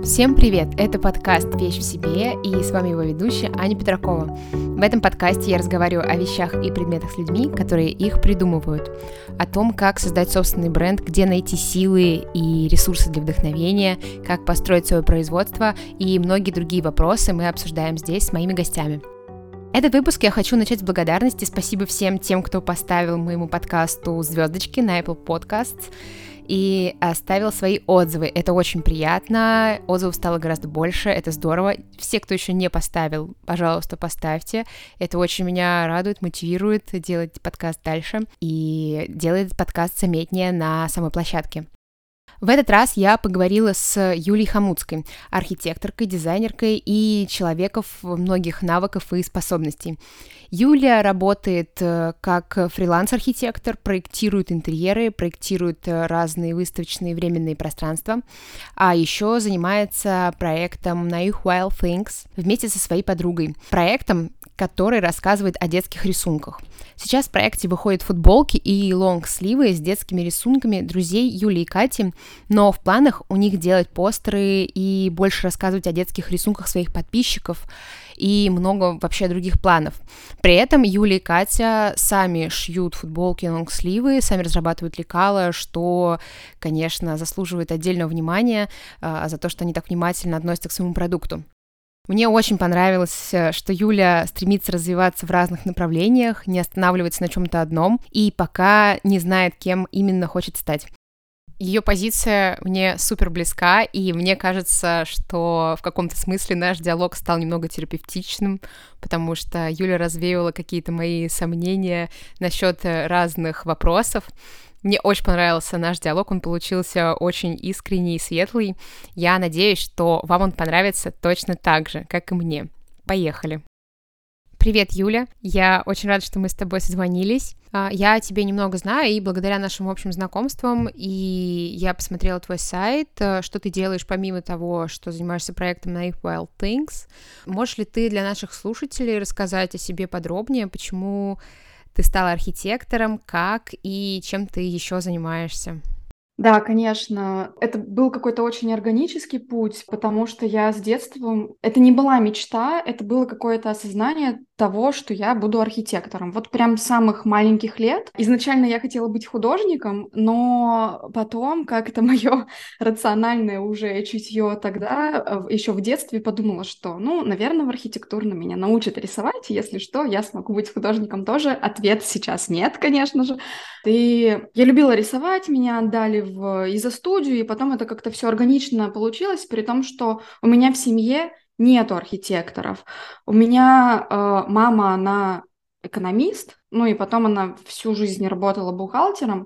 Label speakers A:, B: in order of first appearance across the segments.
A: Всем привет! Это подкаст «Вещь в себе» и с вами его ведущая Аня Петракова. В этом подкасте я разговариваю о вещах и предметах с людьми, которые их придумывают, о том, как создать собственный бренд, где найти силы и ресурсы для вдохновения, как построить свое производство и многие другие вопросы мы обсуждаем здесь с моими гостями. Этот выпуск я хочу начать с благодарности. Спасибо всем тем, кто поставил моему подкасту звездочки на Apple Podcasts и оставил свои отзывы. Это очень приятно, отзывов стало гораздо больше, это здорово. Все, кто еще не поставил, пожалуйста, поставьте. Это очень меня радует, мотивирует делать подкаст дальше и делает подкаст заметнее на самой площадке. В этот раз я поговорила с Юлией Хомутской, архитекторкой, дизайнеркой и человеком многих навыков и способностей. Юлия работает как фриланс-архитектор, проектирует интерьеры, проектирует разные выставочные временные пространства, а еще занимается проектом Naive Wild Things вместе со своей подругой. Проектом, который рассказывает о детских рисунках. Сейчас в проекте выходят футболки и лонгсливы с детскими рисунками друзей Юли и Кати, но в планах у них делать постеры и больше рассказывать о детских рисунках своих подписчиков и много вообще других планов. При этом Юля и Катя сами шьют футболки и лонгсливы, сами разрабатывают лекала, что, конечно, заслуживает отдельного внимания за то, что они так внимательно относятся к своему продукту. Мне очень понравилось, что Юля стремится развиваться в разных направлениях, не останавливается на чем-то одном и пока не знает, кем именно хочет стать. Ее позиция мне супер близка, и мне кажется, что в каком-то смысле наш диалог стал немного терапевтичным, потому что Юля развеяла какие-то мои сомнения насчет разных вопросов. Мне очень понравился наш диалог, он получился очень искренний и светлый. Я надеюсь, что вам он понравится точно так же, как и мне. Поехали! Привет, Юля! Я очень рада, что мы с тобой созвонились. Я о тебе немного знаю, и благодаря нашим общим знакомствам, и я посмотрела твой сайт, что ты делаешь помимо того, что занимаешься проектом Naive Wild Things. Можешь ли ты для наших слушателей рассказать о себе подробнее, почему ты стала архитектором, как и чем ты еще занимаешься?
B: Да, конечно, это был какой-то очень органический путь, потому что я с детства... Это не была мечта, это было какое-то осознание того, что я буду архитектором. Вот прям с самых маленьких лет. Изначально я хотела быть художником, но потом как-то мое рациональное уже чутье тогда, еще в детстве, подумала, что, наверное, в архитектурном меня научат рисовать, если что, я смогу быть художником тоже. Ответ сейчас нет, конечно же. И я любила рисовать, меня отдали в изо-студию, и потом это как-то все органично получилось, при том, что у меня в семье нету архитекторов. У меня мама, она экономист, и потом она всю жизнь работала бухгалтером,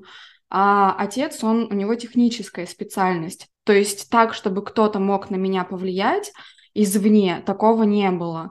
B: а отец, у него техническая специальность. То есть так, чтобы кто-то мог на меня повлиять извне, такого не было.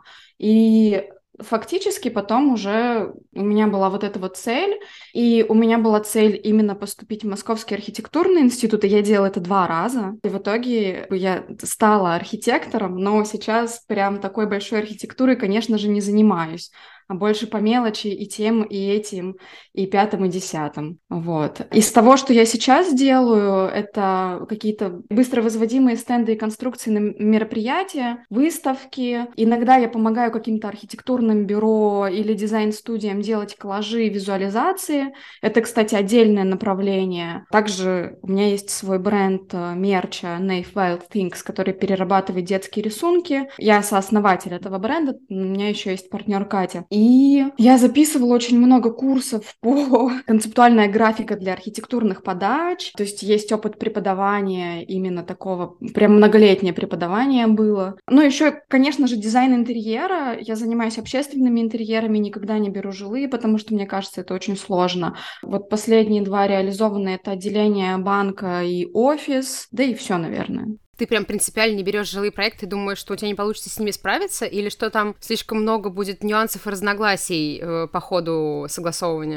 B: И фактически потом уже у меня была вот эта вот цель, и у меня была цель именно поступить в Московский архитектурный институт, и я делала это 2 раза. И в итоге я стала архитектором, но сейчас прям такой большой архитектурой, конечно же, не занимаюсь, а больше по мелочи и тем, и этим, и 5-м, и 10-м. Вот. Из того, что я сейчас делаю, это какие-то быстро возводимые стенды и конструкции на мероприятия, выставки. Иногда я помогаю каким-то архитектурным бюро или дизайн-студиям делать коллажи и визуализации. Это, кстати, отдельное направление. Также у меня есть свой бренд мерча Naive Wild Things, который перерабатывает детские рисунки. Я сооснователь этого бренда, у меня еще есть партнер Катя. И я записывала очень много курсов по концептуальная графика для архитектурных подач. То есть есть опыт преподавания именно такого, прям многолетнее преподавание было. Еще, конечно же, дизайн интерьера. Я занимаюсь общественными интерьерами, никогда не беру жилые, потому что, мне кажется, это очень сложно. Вот последние 2 реализованные — это отделение банка и офис, да и все, наверное.
A: Ты прям принципиально не берешь жилые проекты и думаешь, что у тебя не получится с ними справиться, или что там слишком много будет нюансов и разногласий по ходу согласовывания?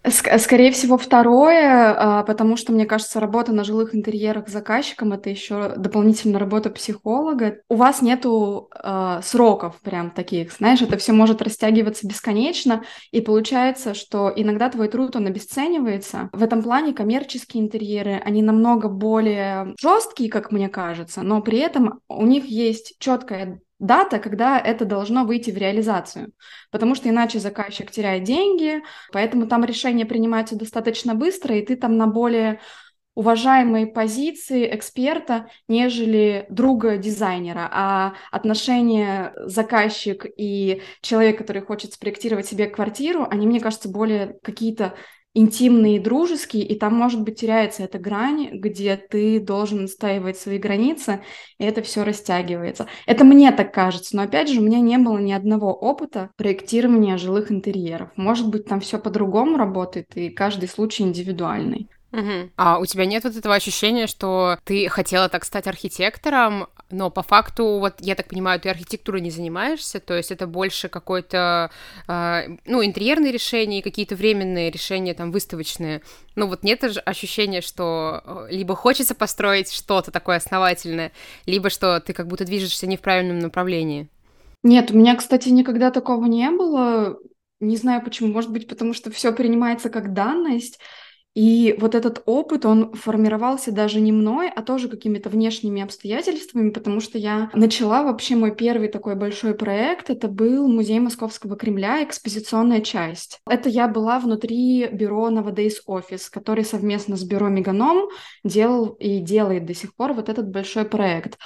B: Скорее всего, второе, потому что, мне кажется, работа на жилых интерьерах с заказчиком — это еще дополнительная работа психолога. У вас нету сроков прям таких, знаешь, это все может растягиваться бесконечно, и получается, что иногда твой труд, он обесценивается. В этом плане коммерческие интерьеры, они намного более жесткие, как мне кажется, но при этом у них есть четкая дата, когда это должно выйти в реализацию, потому что иначе заказчик теряет деньги. Поэтому там решение принимается достаточно быстро, и ты там на более уважаемой позиции эксперта, нежели друга дизайнера. А отношения заказчик и человек, который хочет спроектировать себе квартиру, они, мне кажется, более какие-то интимные, дружеские, и там, может быть, теряется эта грань, где ты должен отстаивать свои границы, и это все растягивается. Это мне так кажется, но, опять же, у меня не было ни одного опыта проектирования жилых интерьеров. Может быть, там все по-другому работает, и каждый случай индивидуальный.
A: Мгм. А у тебя нет вот этого ощущения, что ты хотела так стать архитектором, но по факту, вот я так понимаю, ты архитектурой не занимаешься, то есть это больше какое-то, ну, интерьерные решения и какие-то временные решения, там, выставочные. Ну, вот нет же ощущения, что либо хочется построить что-то такое основательное, либо что ты как будто движешься не в правильном направлении.
B: Нет, у меня, кстати, никогда такого не было. Не знаю почему. Может быть, потому что все принимается как данность. И вот этот опыт, он формировался даже не мной, а тоже какими-то внешними обстоятельствами, потому что я начала вообще мой первый такой большой проект. Это был музей Московского Кремля, экспозиционная часть. Это я была внутри бюро Nowadays Office, который совместно с бюро Меганом делал и делает до сих пор вот этот большой проект.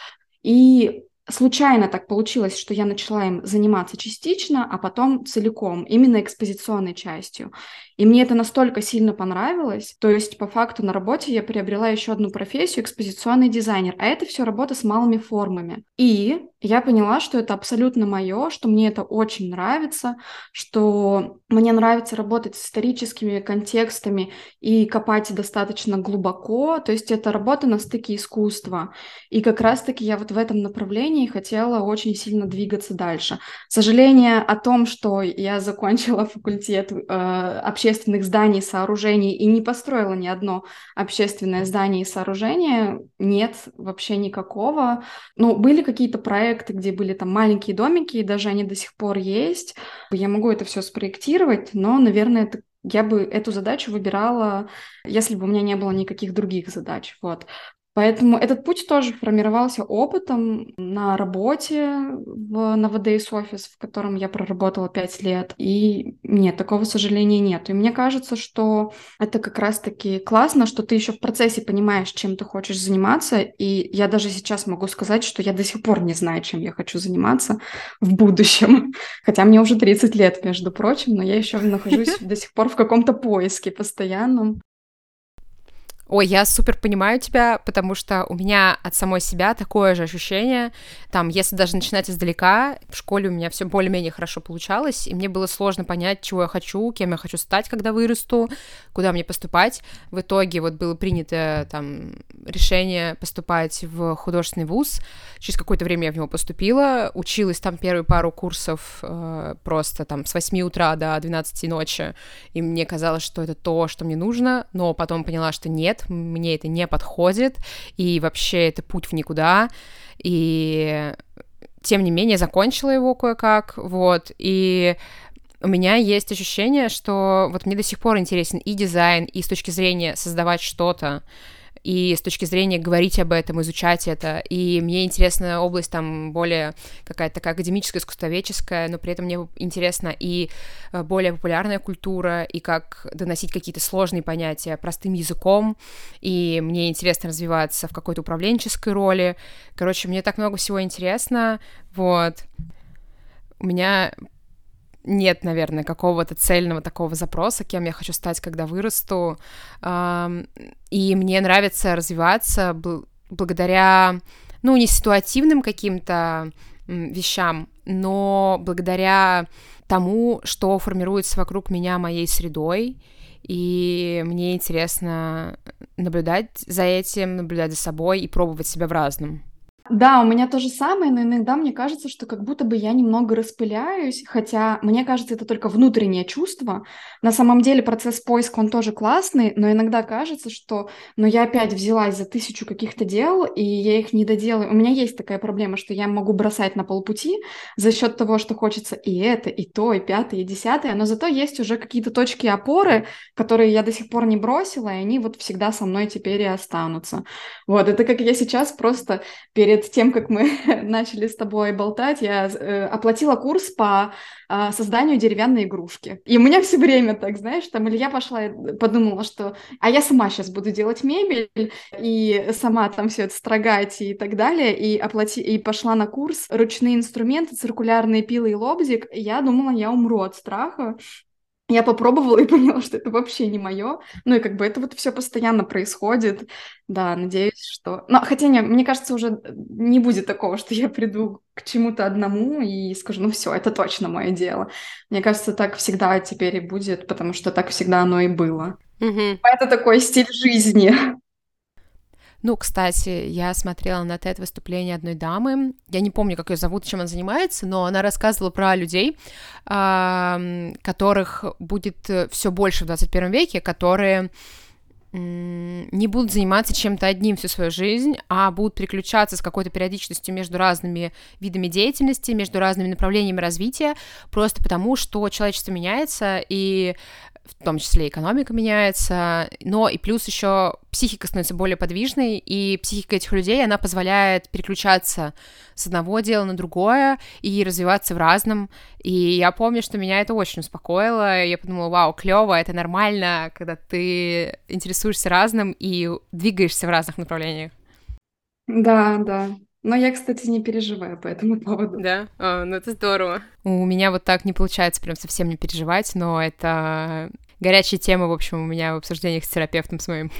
B: И случайно так получилось, что я начала им заниматься частично, а потом целиком, именно экспозиционной частью. И мне это настолько сильно понравилось, то есть по факту на работе я приобрела еще одну профессию — экспозиционный дизайнер, а это все работа с малыми формами. И я поняла, что это абсолютно мое, что мне это очень нравится, что мне нравится работать с историческими контекстами и копать достаточно глубоко, то есть это работа на стыке искусства. И как раз-таки я вот в этом направлении хотела очень сильно двигаться дальше. Сожаление о том, что я закончила факультет общественных зданий и сооружений и не построила ни одно общественное здание и сооружение, нет вообще никакого. Ну, были какие-то проекты, где были там маленькие домики, и даже они до сих пор есть. Я могу это все спроектировать, но, наверное, я бы эту задачу выбирала, если бы у меня не было никаких других задач. Вот. Поэтому этот путь тоже формировался опытом на работе в Nowadays Office, в котором я проработала 5 лет. И нет, такого сожаления нет. И мне кажется, что это как раз-таки классно, что ты еще в процессе понимаешь, чем ты хочешь заниматься. И я даже сейчас могу сказать, что я до сих пор не знаю, чем я хочу заниматься в будущем. Хотя мне уже 30 лет, между прочим, но я еще нахожусь до сих пор в каком-то поиске постоянном.
A: Ой, я супер понимаю тебя, потому что у меня от самой себя такое же ощущение. Там, если даже начинать издалека, в школе у меня все более-менее хорошо получалось, и мне было сложно понять, чего я хочу, кем я хочу стать, когда вырасту, куда мне поступать. В итоге вот было принято там решение поступать в художественный вуз. Через какое-то время я в него поступила, училась там первые пару курсов просто там с 8 утра до 12 ночи, и мне казалось, что это то, что мне нужно, но потом поняла, что нет, мне это не подходит, и вообще это путь в никуда, и тем не менее закончила его кое-как, вот, и у меня есть ощущение, что вот мне до сих пор интересен и дизайн, и с точки зрения создавать что-то, и с точки зрения говорить об этом, изучать это, и мне интересна область там более какая-то такая академическая, искусствоведческая, но при этом мне интересна и более популярная культура, и как доносить какие-то сложные понятия простым языком, и мне интересно развиваться в какой-то управленческой роли. Короче, мне так много всего интересно, вот. У меня нет, наверное, какого-то цельного такого запроса, кем я хочу стать, когда вырасту. И мне нравится развиваться благодаря, ну, не ситуативным каким-то вещам, но благодаря тому, что формируется вокруг меня моей средой. И мне интересно наблюдать за этим, наблюдать за собой и пробовать себя в разном.
B: Да, у меня то же самое, но иногда мне кажется, что как будто бы я немного распыляюсь, хотя мне кажется, это только внутреннее чувство. На самом деле процесс поиска, он тоже классный, но иногда кажется, что я опять взялась за тысячу каких-то дел, и я их не доделаю. У меня есть такая проблема, что я могу бросать на полпути за счет того, что хочется и это, и то, и пятое, и десятое, но зато есть уже какие-то точки опоры, которые я до сих пор не бросила, и они вот всегда со мной теперь и останутся. Вот, это как я сейчас просто перед тем, как мы начали с тобой болтать, я оплатила курс по созданию деревянной игрушки. И у меня все время так, знаешь, там, или я пошла и подумала, что, я сама сейчас буду делать мебель, и сама там все это строгать и так далее, и пошла на курс ручные инструменты, циркулярные пилы и лобзик. Я думала, я умру от страха. Я попробовала и поняла, что это вообще не мое. Ну и как бы это вот все постоянно происходит. Да, надеюсь, что... Но хотя не, мне кажется, уже не будет такого, что я приду к чему-то одному и скажу, ну все, это точно мое дело. Мне кажется, так всегда теперь и будет, потому что так всегда оно и было.
A: Мгм.
B: Это такой стиль жизни.
A: Ну, кстати, я смотрела на TED-выступление одной дамы. Я не помню, как ее зовут, чем она занимается, но она рассказывала про людей, которых будет все больше в 21 веке, которые не будут заниматься чем-то одним всю свою жизнь, а будут переключаться с какой-то периодичностью между разными видами деятельности, между разными направлениями развития, просто потому, что человечество меняется, и в том числе экономика меняется, но и плюс еще психика становится более подвижной, и психика этих людей, она позволяет переключаться с одного дела на другое и развиваться в разном. И я помню, что меня это очень успокоило, я подумала, вау, клево, это нормально, когда ты интересуешься разным и двигаешься в разных направлениях.
B: Да, да. Но я, кстати, не переживаю по этому поводу.
A: Да? Ну это здорово. У меня вот так не получается прям совсем не переживать, но это горячая тема, в общем, у меня в обсуждениях с терапевтом с моим.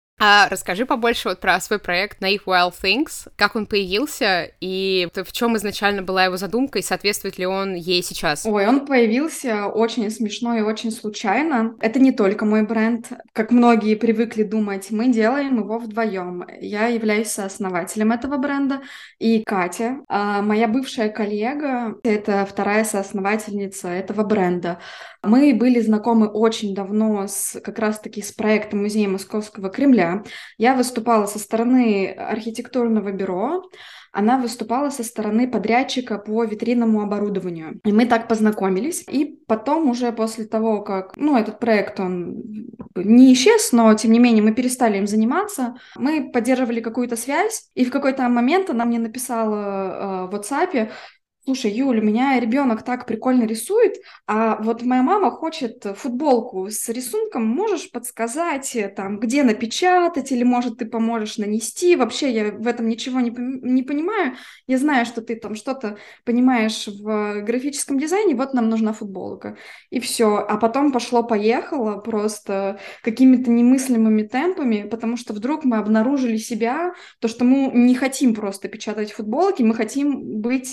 A: А расскажи побольше вот про свой проект Naive Wild Things, как он появился и в чем изначально была его задумка и соответствует ли он ей сейчас?
B: Ой, он появился очень смешно и очень случайно. Это не только мой бренд. Как многие привыкли думать, мы делаем его вдвоем. Я являюсь сооснователем этого бренда. И Катя, моя бывшая коллега, это вторая соосновательница этого бренда. Мы были знакомы очень давно как раз-таки с проектом Музея Московского Кремля. Я выступала со стороны архитектурного бюро, она выступала со стороны подрядчика по витринному оборудованию. И мы так познакомились. И потом уже после того, как, этот проект, он не исчез, но тем не менее мы перестали им заниматься, мы поддерживали какую-то связь, и в какой-то момент она мне написала в WhatsApp: слушай, Юль, у меня ребенок так прикольно рисует, а вот моя мама хочет футболку с рисунком, можешь подсказать, там, где напечатать, или, может, ты поможешь нанести? Вообще, я в этом ничего не понимаю. Я знаю, что ты там что-то понимаешь в графическом дизайне, вот нам нужна футболка. И все. А потом пошло-поехало просто какими-то немыслимыми темпами, потому что вдруг мы обнаружили себя, то, что мы не хотим просто печатать футболки, мы хотим быть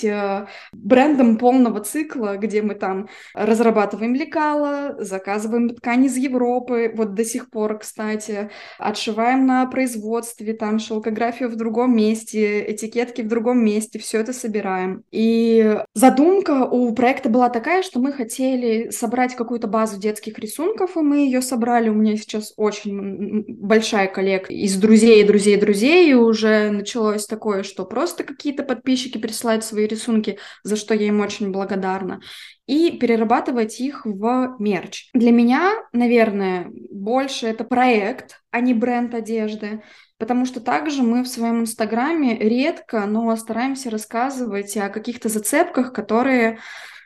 B: брендом полного цикла, где мы там разрабатываем лекала, заказываем ткань из Европы, вот до сих пор, кстати, отшиваем на производстве, там шелкографию в другом месте, этикетки в другом месте, все это собираем. И задумка у проекта была такая, что мы хотели собрать какую-то базу детских рисунков, и мы ее собрали. У меня сейчас очень большая коллекция из друзей, друзей, друзей, и уже началось такое, что просто какие-то подписчики присылают свои рисунки, за что я им очень благодарна, и перерабатывать их в мерч. Для меня, наверное, больше это проект, а не бренд одежды, потому что также мы в своем инстаграме редко, но стараемся рассказывать о каких-то зацепках, которые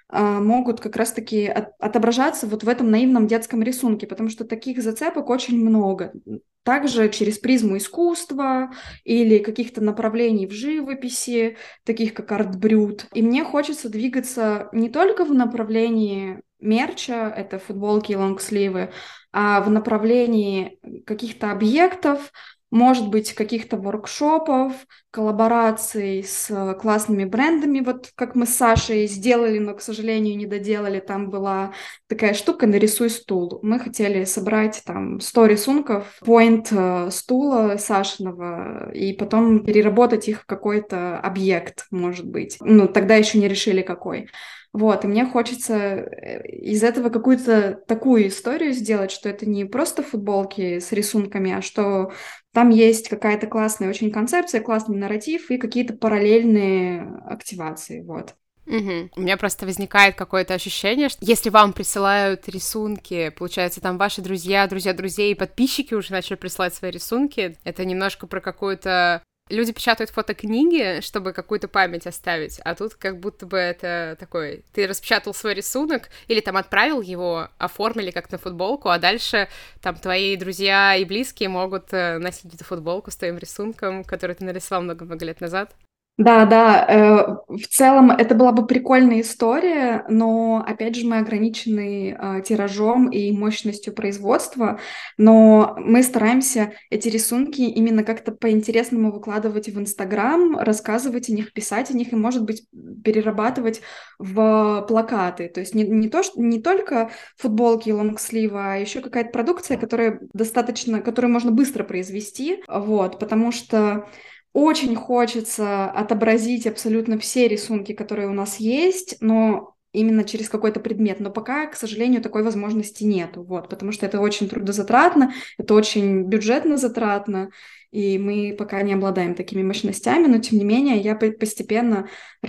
B: могут как раз-таки отображаться вот в этом наивном детском рисунке, потому что таких зацепок очень много. Также через призму искусства или каких-то направлений в живописи, таких как арт-брют. И мне хочется двигаться не только в направлении мерча, это футболки и лонгсливы, а в направлении каких-то объектов, может быть, каких-то воркшопов, коллабораций с классными брендами, вот как мы с Сашей сделали, но, к сожалению, не доделали. Там была такая штука «Нарисуй стул». Мы хотели собрать там 100 рисунков, поинт стула Сашиного, и потом переработать их в какой-то объект, может быть. Ну, тогда еще не решили, какой. Вот, и мне хочется из этого какую-то такую историю сделать, что это не просто футболки с рисунками, а что там есть какая-то классная очень концепция, классный нарратив и какие-то параллельные активации, вот.
A: Мгм. У меня просто возникает какое-то ощущение, что если вам присылают рисунки, получается, там ваши друзья, друзья друзей и подписчики уже начали присылать свои рисунки, это немножко про какую-то... Люди печатают фотокниги, чтобы какую-то память оставить, а тут как будто бы это такой... Ты распечатал свой рисунок или там отправил его, оформили как на футболку, а дальше там твои друзья и близкие могут носить эту футболку с твоим рисунком, который ты нарисовал много-много лет назад.
B: Да, да, в целом это была бы прикольная история, но опять же мы ограничены тиражом и мощностью производства, но мы стараемся эти рисунки именно как-то по-интересному выкладывать в Инстаграм, рассказывать о них, писать о них и, может быть, перерабатывать в плакаты. То есть не только футболки и лонгслива, а еще какая-то продукция, которая достаточно, которую можно быстро произвести, вот, потому что очень хочется отобразить абсолютно все рисунки, которые у нас есть, но именно через какой-то предмет. Но пока, к сожалению, такой возможности нету, вот, потому что это очень трудозатратно, это очень бюджетно затратно, и мы пока не обладаем такими мощностями, но тем не менее я постепенно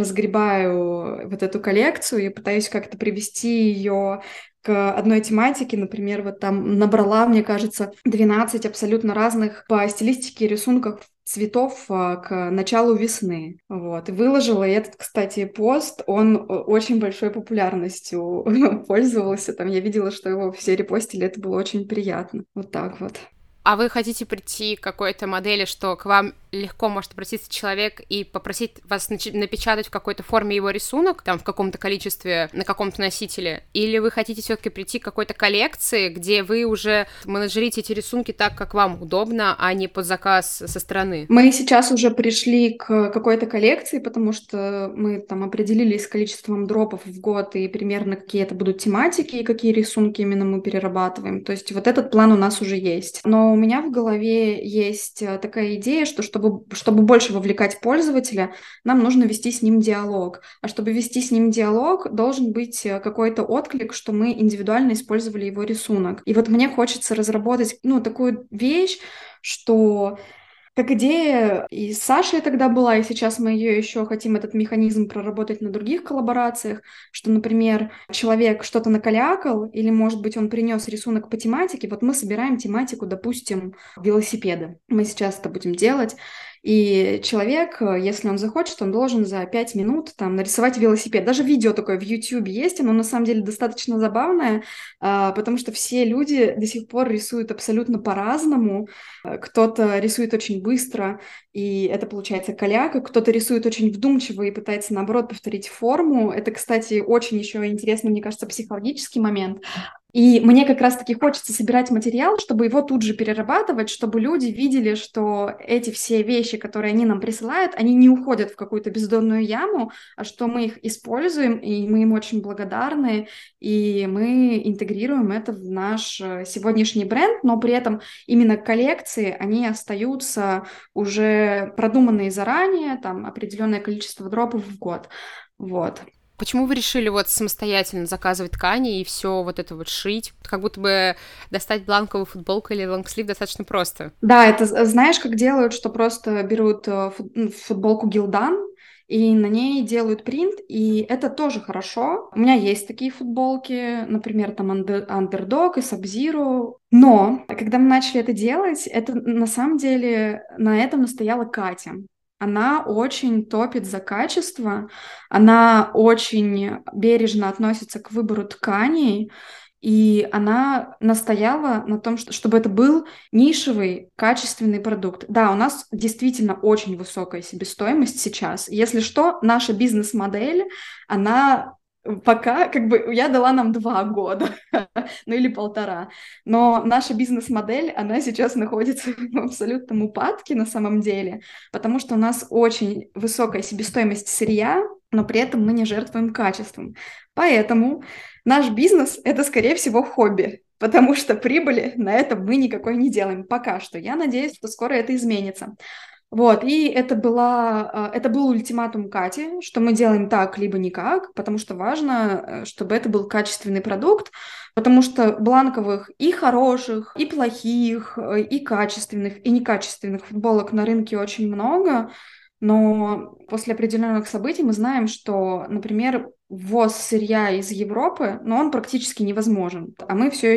B: разгребаю вот эту коллекцию и пытаюсь как-то привести ее к одной тематике, например, вот там набрала, мне кажется, 12 абсолютно разных по стилистике и рисунках цветов к началу весны. Вот. И выложила. И этот, кстати, пост, он очень большой популярностью пользовался. Там я видела, что его все репостили, это было очень приятно. Вот так вот.
A: А вы хотите прийти к какой-то модели, что к вам легко может обратиться человек и попросить вас напечатать в какой-то форме его рисунок, там, в каком-то количестве, на каком-то носителе? Или вы хотите все-таки прийти к какой-то коллекции, где вы уже менеджерите эти рисунки так, как вам удобно, а не под заказ со стороны?
B: Мы сейчас уже пришли к какой-то коллекции, потому что мы там определились с количеством дропов в год и примерно какие это будут тематики и какие рисунки именно мы перерабатываем. То есть вот этот план у нас уже есть. Но у меня в голове есть такая идея, что чтобы больше вовлекать пользователя, нам нужно вести с ним диалог. А чтобы вести с ним диалог, должен быть какой-то отклик, что мы индивидуально использовали его рисунок. И вот мне хочется разработать, ну, такую вещь, что как идея и с Сашей тогда была, и сейчас мы ее еще хотим, этот механизм проработать на других коллаборациях, что, например, человек что-то накалякал, или, может быть, он принес рисунок по тематике, вот мы собираем тематику, допустим, велосипеда. Мы сейчас это будем делать. И человек, если он захочет, он должен за 5 минут там нарисовать велосипед. Даже видео такое в YouTube есть, оно на самом деле достаточно забавное, потому что все люди до сих пор рисуют абсолютно по-разному. Кто-то рисует очень быстро, и это получается каляка, кто-то рисует очень вдумчиво и пытается, наоборот, повторить форму. Это, кстати, очень еще интересный, мне кажется, психологический момент. И мне как раз-таки хочется собирать материал, чтобы его тут же перерабатывать, чтобы люди видели, что эти все вещи, которые они нам присылают, они не уходят в какую-то бездонную яму, а что мы их используем, и мы им очень благодарны, и мы интегрируем это в наш сегодняшний бренд, но при этом именно коллекции, они остаются уже продуманные заранее, там определенное количество дропов в год. Вот.
A: Почему вы решили вот самостоятельно заказывать ткани и все вот это вот шить? Как будто бы достать бланковую футболку или лонгслив достаточно просто.
B: Да, это знаешь, как делают, что просто берут футболку Гилдан и на ней делают принт, и это тоже хорошо. У меня есть такие футболки, например, там Underdog и Sub-Zero. Но когда мы начали это делать, это на самом деле на этом настояла Катя. Она очень топит за качество, она очень бережно относится к выбору тканей, и она настояла на том, чтобы это был нишевый, качественный продукт. Да, у нас действительно очень высокая себестоимость сейчас. Если что, наша бизнес-модель, она Пока, как бы, я дала нам 2 года, ну или 1,5. Но наша бизнес-модель, она сейчас находится в абсолютном упадке на самом деле, потому что у нас очень высокая себестоимость сырья, но при этом мы не жертвуем качеством. Поэтому наш бизнес — это, скорее всего, хобби, потому что прибыли на этом мы никакой не делаем пока что. Я надеюсь, что скоро это изменится. Вот, и это был ультиматум Кати, что мы делаем так, либо никак, потому что важно, чтобы это был качественный продукт, потому что бланковых и хороших, и плохих, и качественных, и некачественных футболок на рынке очень много, но после определенных событий мы знаем, что, например, ввоз сырья из Европы, но он практически невозможен, а мы все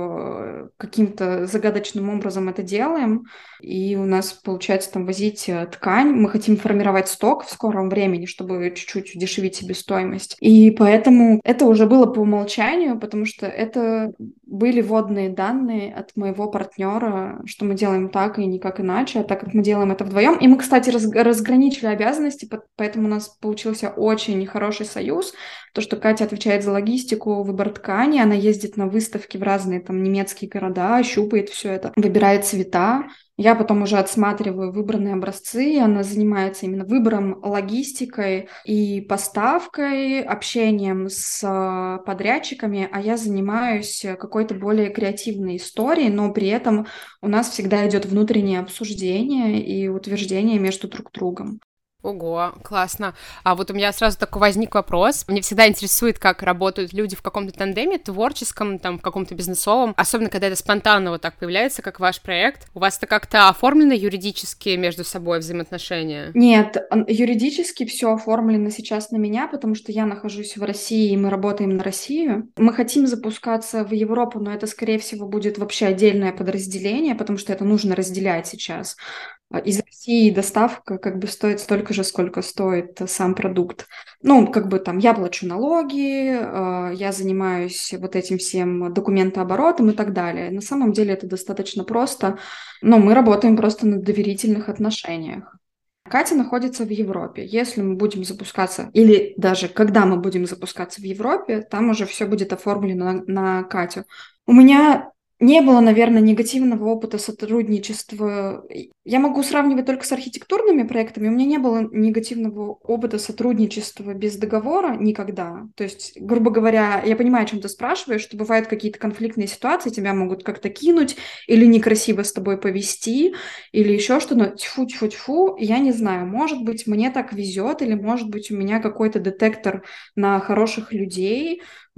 B: еще каким-то загадочным образом это делаем, и у нас получается там возить ткань. Мы хотим формировать сток в скором времени, чтобы чуть-чуть удешевить себестоимость. И поэтому это уже было по умолчанию, потому что это были вводные данные от моего партнера, что мы делаем так и никак иначе, а так как мы делаем это вдвоем. И мы, кстати, разграничили обязанности, поэтому у нас получился очень хороший союз. То, что Катя отвечает за логистику, выбор ткани, она ездит на выставки в разные там немецкие города, щупает все это, выбирает цвета. Я потом уже отсматриваю выбранные образцы, она занимается именно выбором, логистикой и поставкой, общением с подрядчиками, а я занимаюсь какой-то более креативной историей, но при этом у нас всегда идет внутреннее обсуждение и утверждение между друг другом.
A: Ого, классно. А вот у меня сразу такой возник вопрос. Мне всегда интересует, как работают люди в каком-то тандеме творческом, там, в каком-то бизнесовом, особенно когда это спонтанно вот так появляется, как ваш проект. У вас это как-то оформлено юридически между собой взаимоотношения?
B: Нет, юридически все оформлено сейчас на меня, потому что я нахожусь в России, и мы работаем на Россию. Мы хотим запускаться в Европу, но это, скорее всего, будет вообще отдельное подразделение, потому что это нужно разделять сейчас. Из России доставка как бы стоит столько же, сколько стоит сам продукт. Ну, как бы там я плачу налоги, я занимаюсь вот этим всем документооборотом и так далее. На самом деле это достаточно просто, но мы работаем просто на доверительных отношениях. Катя находится в Европе. Если мы будем запускаться, или даже когда мы будем запускаться в Европе, там уже все будет оформлено на Катю. У меня не было, наверное, негативного опыта сотрудничества. Я могу сравнивать только с архитектурными проектами. У меня не было негативного опыта сотрудничества без договора никогда. То есть, грубо говоря, я понимаю, о чем ты спрашиваешь, что бывают какие-то конфликтные ситуации, тебя могут как-то кинуть или некрасиво с тобой повести, или еще что-то. Но тьфу-тьфу-тьфу, я не знаю. Может быть, мне так везет, или может быть, у меня какой-то детектор на хороших людей,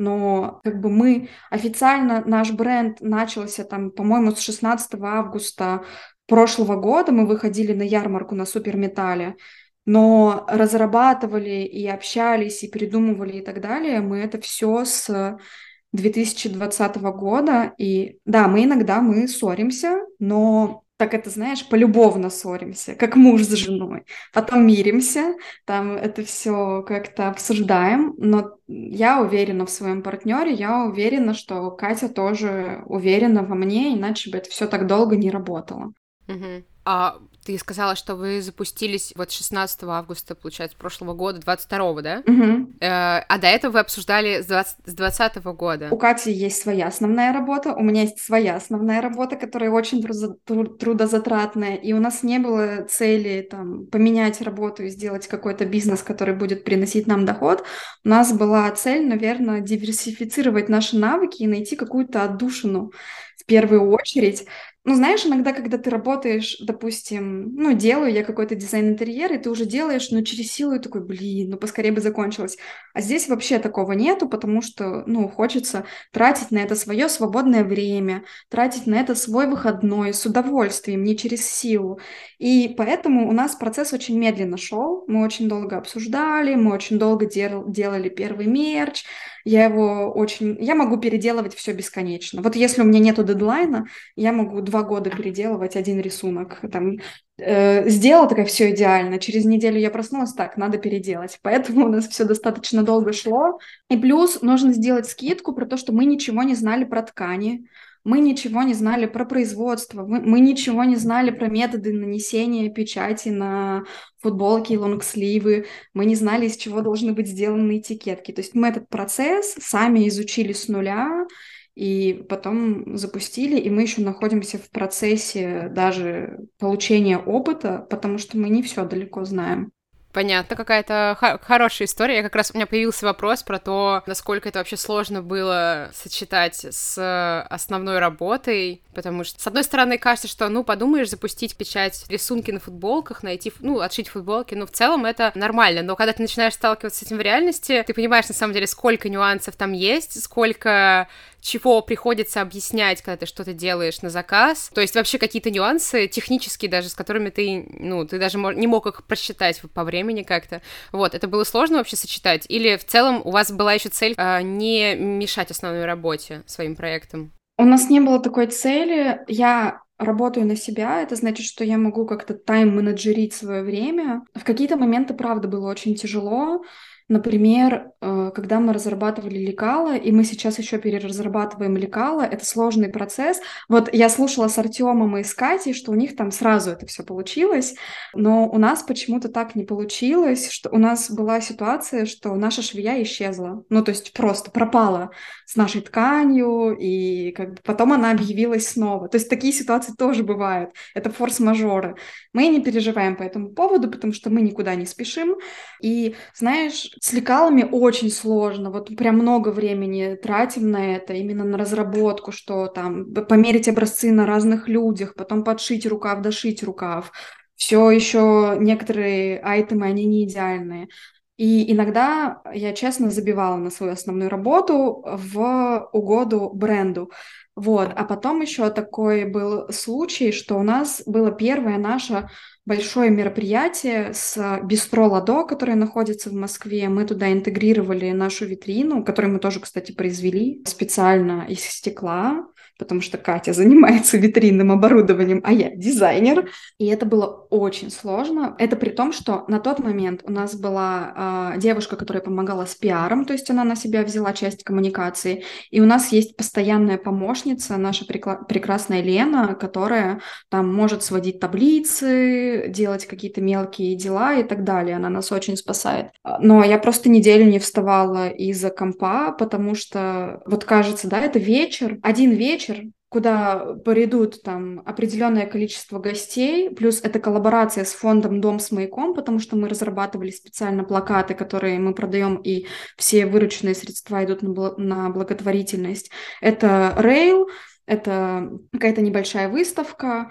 B: но как бы мы официально, наш бренд начался там, по-моему, с 16 августа прошлого года. Мы выходили на ярмарку на Суперметалле, но разрабатывали и общались, и придумывали и так далее. Мы это все с 2020 года. И да, мы ссоримся, но так это, знаешь, полюбовно ссоримся, как муж с женой. Потом миримся, там это все как-то обсуждаем, но я уверена в своем партнере, я уверена, что Катя тоже уверена во мне, иначе бы это все так долго не работало.
A: Угу. А ты сказала, что вы запустились вот 16 августа, получается, прошлого года, 22-го, да?
B: Угу.
A: А до этого вы обсуждали с 2020 года.
B: У Кати есть своя основная работа, у меня есть своя основная работа, которая очень трудозатратная, и у нас не было цели там поменять работу и сделать какой-то бизнес, который будет приносить нам доход. У нас была цель, наверное, диверсифицировать наши навыки и найти какую-то отдушину в первую очередь. Ну, знаешь, иногда, когда ты работаешь, допустим, ну, делаю я какой-то дизайн интерьера, и ты уже делаешь, но через силу и такой, блин, ну, поскорее бы закончилось. А здесь вообще такого нету, потому что, ну, хочется тратить на это свое свободное время, тратить на это свой выходной с удовольствием, не через силу. И поэтому у нас процесс очень медленно шел, мы очень долго обсуждали, мы очень долго делали первый мерч, я могу переделывать все бесконечно. Вот если у меня нету дедлайна, я могу 2 года переделывать один рисунок. Там, сделала такая, все идеально. Через неделю я проснулась, так, надо переделать. Поэтому у нас все достаточно долго шло. И плюс нужно сделать скидку про то, что мы ничего не знали про ткани. Мы ничего не знали про производство, мы ничего не знали про методы нанесения печати на футболки и лонгсливы, мы не знали, из чего должны быть сделаны этикетки. То есть мы этот процесс сами изучили с нуля, и потом запустили, и мы еще находимся в процессе даже получения опыта, потому что мы не все далеко знаем.
A: Понятно, какая-то хорошая история. У меня появился вопрос про то, насколько это вообще сложно было сочетать с основной работой, потому что, с одной стороны, кажется, что, подумаешь, запустить печать, рисунки на футболках, отшить футболки, в целом это нормально, но когда ты начинаешь сталкиваться с этим в реальности, ты понимаешь, на самом деле, сколько нюансов там есть, сколько чего приходится объяснять, когда ты что-то делаешь на заказ. То есть вообще какие-то нюансы технические даже, с которыми ты даже не мог их просчитать по времени как-то. Вот, это было сложно вообще сочетать? Или в целом у вас была еще цель не мешать основной работе своим проектам?
B: У нас не было такой цели. Я работаю на себя, это значит, что я могу как-то тайм-менеджерить свое время. В какие-то моменты, правда, было очень тяжело. Например, когда мы разрабатывали лекало, и мы сейчас еще переразрабатываем лекало, это сложный процесс. Вот я слушала с Артемом и с Катей, что у них там сразу это все получилось, но у нас почему-то так не получилось, что у нас была ситуация, что наша швея исчезла, то есть просто пропала с нашей тканью, и потом она объявилась снова. То есть такие ситуации тоже бывают, это форс-мажоры. Мы не переживаем по этому поводу, потому что мы никуда не спешим, и, знаешь, с лекалами очень сложно, вот прям много времени тратим на это, именно на разработку, что там померить образцы на разных людях, потом подшить рукав, дошить рукав. Все еще некоторые айтемы, они не идеальные. И иногда я честно забивала на свою основную работу в угоду бренду. Вот. А потом еще такой был случай, что у нас было первое наше большое мероприятие с Бистро Ладо, которое находится в Москве. Мы туда интегрировали нашу витрину, которую мы тоже, кстати, произвели специально из стекла, потому что Катя занимается витринным оборудованием, а я дизайнер. И это было очень сложно. Это при том, что на тот момент у нас была девушка, которая помогала с пиаром, то есть она на себя взяла часть коммуникации. И у нас есть постоянная помощница, наша прекрасная Лена, которая там может сводить таблицы, делать какие-то мелкие дела и так далее. Она нас очень спасает. Но я просто неделю не вставала из-за компа, потому что, вот кажется, да, это вечер, один вечер, куда придут там определенное количество гостей, плюс это коллаборация с фондом «Дом с маяком», потому что мы разрабатывали специально плакаты, которые мы продаем, и все вырученные средства идут на благотворительность. Это рейл, это какая-то небольшая выставка,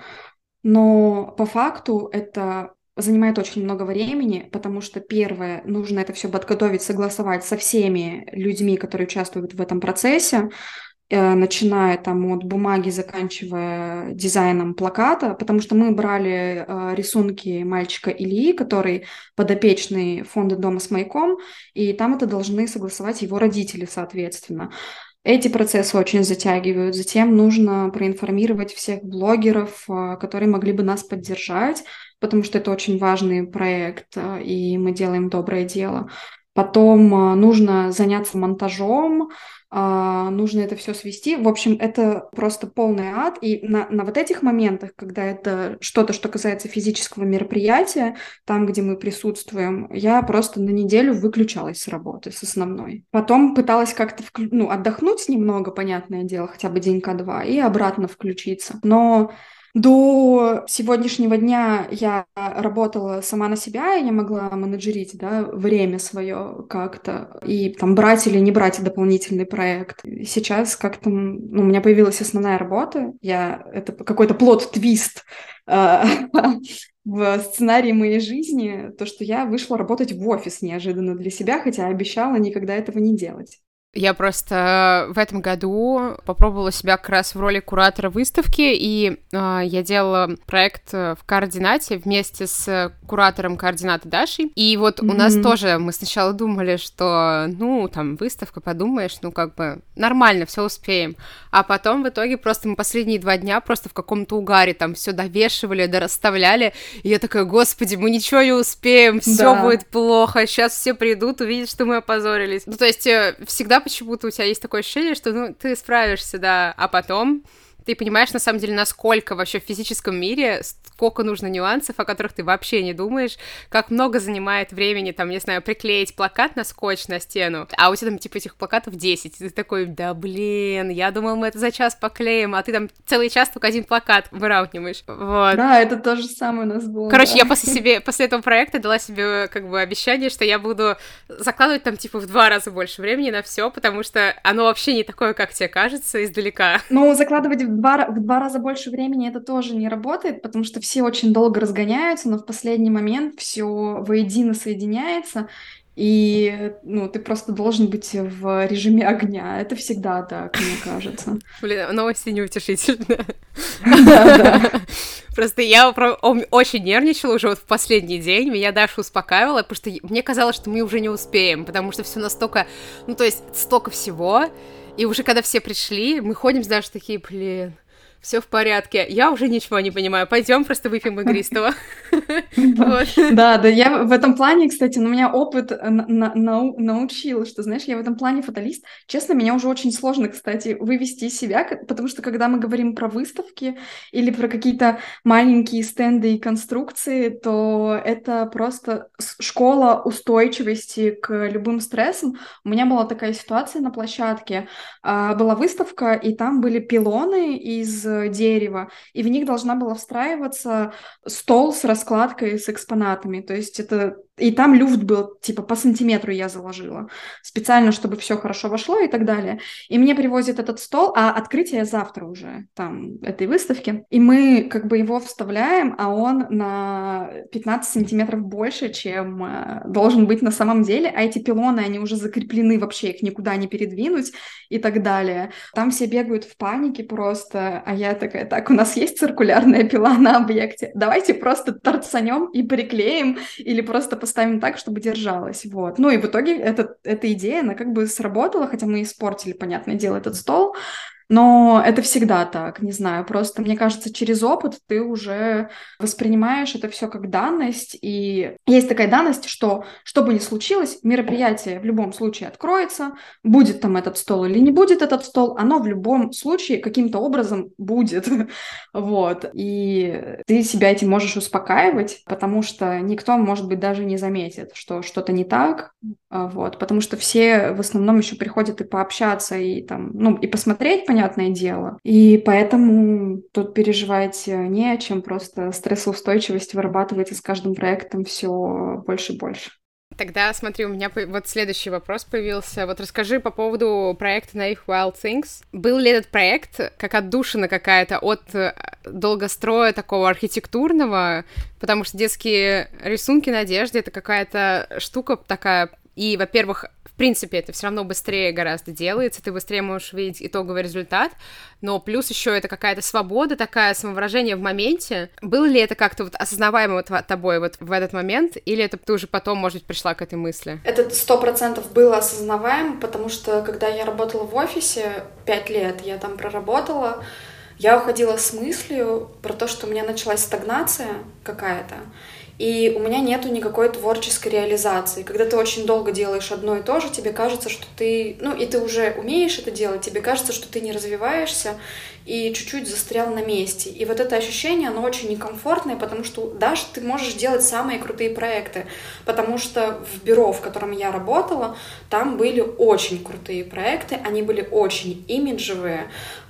B: но по факту это занимает очень много времени, потому что, первое, нужно это все подготовить, согласовать со всеми людьми, которые участвуют в этом процессе, начиная там от бумаги, заканчивая дизайном плаката, потому что мы брали рисунки мальчика Ильи, который подопечный фонда «Дома с маяком», и там это должны согласовать его родители, соответственно. Эти процессы очень затягивают. Затем нужно проинформировать всех блогеров, которые могли бы нас поддержать, потому что это очень важный проект, и мы делаем доброе дело. Потом нужно заняться монтажом, нужно это все свести. В общем, это просто полный ад. И на вот этих моментах, когда это что-то, что касается физического мероприятия, там, где мы присутствуем, я просто на неделю выключалась с работы, с основной. Потом пыталась как-то отдохнуть немного, понятное дело, хотя бы денька-два, и обратно включиться. Но до сегодняшнего дня я работала сама на себя, и я могла менеджерить, да, время свое как-то, и там брать или не брать дополнительный проект. Сейчас как-то у меня появилась основная работа, это какой-то плот-твист в сценарии моей жизни, то, что я вышла работать в офис неожиданно для себя, хотя обещала никогда этого не делать.
A: Я просто в этом году попробовала себя как раз в роли куратора выставки, и я делала проект в координате вместе с куратором координаты Дашей. И вот у нас тоже, мы сначала думали, что, там, выставка, подумаешь, нормально, все успеем. А потом в итоге просто мы последние 2 дня просто в каком-то угаре там все довешивали, дорасставляли. И я такая, господи, мы ничего не успеем, все будет плохо, сейчас все придут, увидят, что мы опозорились. То есть всегда почему-то у тебя есть такое ощущение, что, ну, ты справишься, да, а потом ты понимаешь, на самом деле, насколько вообще в физическом мире, сколько нужно нюансов, о которых ты вообще не думаешь, как много занимает времени, там, не знаю, приклеить плакат на скотч на стену, а у тебя там, типа, этих плакатов 10, и ты такой, да, блин, я думал, мы это за час поклеим, а ты там целый час только один плакат выравниваешь, вот.
B: Да, это то же самое у нас было.
A: Короче,
B: да.
A: я после этого проекта дала себе, как бы, обещание, что я буду закладывать там, типа, в 2 раза больше времени на все, потому что оно вообще не такое, как тебе кажется издалека.
B: Ну, закладывать в два раза больше времени это тоже не работает, потому что все очень долго разгоняются, но в последний момент все воедино соединяется, и ну, ты просто должен быть в режиме огня. Это всегда так, мне кажется.
A: Блин, новости неутешительные.
B: Да, да.
A: Просто я очень нервничала уже вот в последний день, меня Даша успокаивала, потому что мне казалось, что мы уже не успеем, потому что все настолько, ну, то есть столько всего, и уже когда все пришли, мы ходим с Дашей такие, блин, все в порядке, я уже ничего не понимаю, пойдем просто выпьем игристого.
B: Да, да, я в этом плане, кстати, ну, меня опыт научил, что, знаешь, я в этом плане фаталист. Честно, меня уже очень сложно, кстати, вывести из себя, потому что когда мы говорим про выставки или про какие-то маленькие стенды и конструкции, то это просто школа устойчивости к любым стрессам. У меня была такая ситуация на площадке. Была выставка, и там были пилоны из дерева, и в них должна была встраиваться стол с раскладкой, с экспонатами. То есть это... И там люфт был, типа, по сантиметру я заложила. Специально, чтобы все хорошо вошло и так далее. И мне привозят этот стол, а открытие завтра уже, там, этой выставки. И мы, как бы, его вставляем, а он на 15 сантиметров больше, чем должен быть на самом деле. А эти пилоны, они уже закреплены вообще, их никуда не передвинуть и так далее. Там все бегают в панике просто, а я такая, так, у нас есть циркулярная пила на объекте, давайте просто торцанем и приклеим, или просто поставим так, чтобы держалась, вот. Ну и в итоге эта идея, она как бы сработала, хотя мы испортили, понятное дело, этот стол, но это всегда так, не знаю, просто, мне кажется, через опыт ты уже воспринимаешь это все как данность, и есть такая данность, что бы ни случилось, мероприятие в любом случае откроется, будет там этот стол или не будет этот стол, оно в любом случае каким-то образом будет, вот, и ты себя этим можешь успокаивать, потому что никто, может быть, даже не заметит, что что-то не так, вот, потому что все в основном еще приходят и пообщаться, и там, ну, и посмотреть, понятное дело, и поэтому тут переживать не о чем, просто стрессоустойчивость вырабатывается с каждым проектом все больше и больше.
A: Тогда, смотри, у меня вот следующий вопрос появился. Вот расскажи по поводу проекта Naive Wild Things. Был ли этот проект как отдушина какая-то от долгостроя такого архитектурного? Потому что детские рисунки на одежде — это какая-то штука такая. И, во-первых, в принципе, это все равно быстрее гораздо делается, ты быстрее можешь увидеть итоговый результат, но плюс еще это какая-то свобода, такая самовыражение в моменте. Было ли это как-то вот осознаваемо вот тобой вот в этот момент, или это ты уже потом, может быть, пришла к этой мысли?
B: Это 100% было осознаваемо, потому что, когда я работала в офисе, 5 лет я там проработала, я уходила с мыслью про то, что у меня началась стагнация какая-то, и у меня нету никакой творческой реализации. Когда ты очень долго делаешь одно и то же, тебе кажется, что ты... Ну, и ты уже умеешь это делать, тебе кажется, что ты не развиваешься и чуть-чуть застрял на месте. И вот это ощущение, оно очень некомфортное, потому что даже ты можешь делать самые крутые проекты, потому что в бюро, в котором я работала, там были очень крутые проекты, они были очень имиджевые,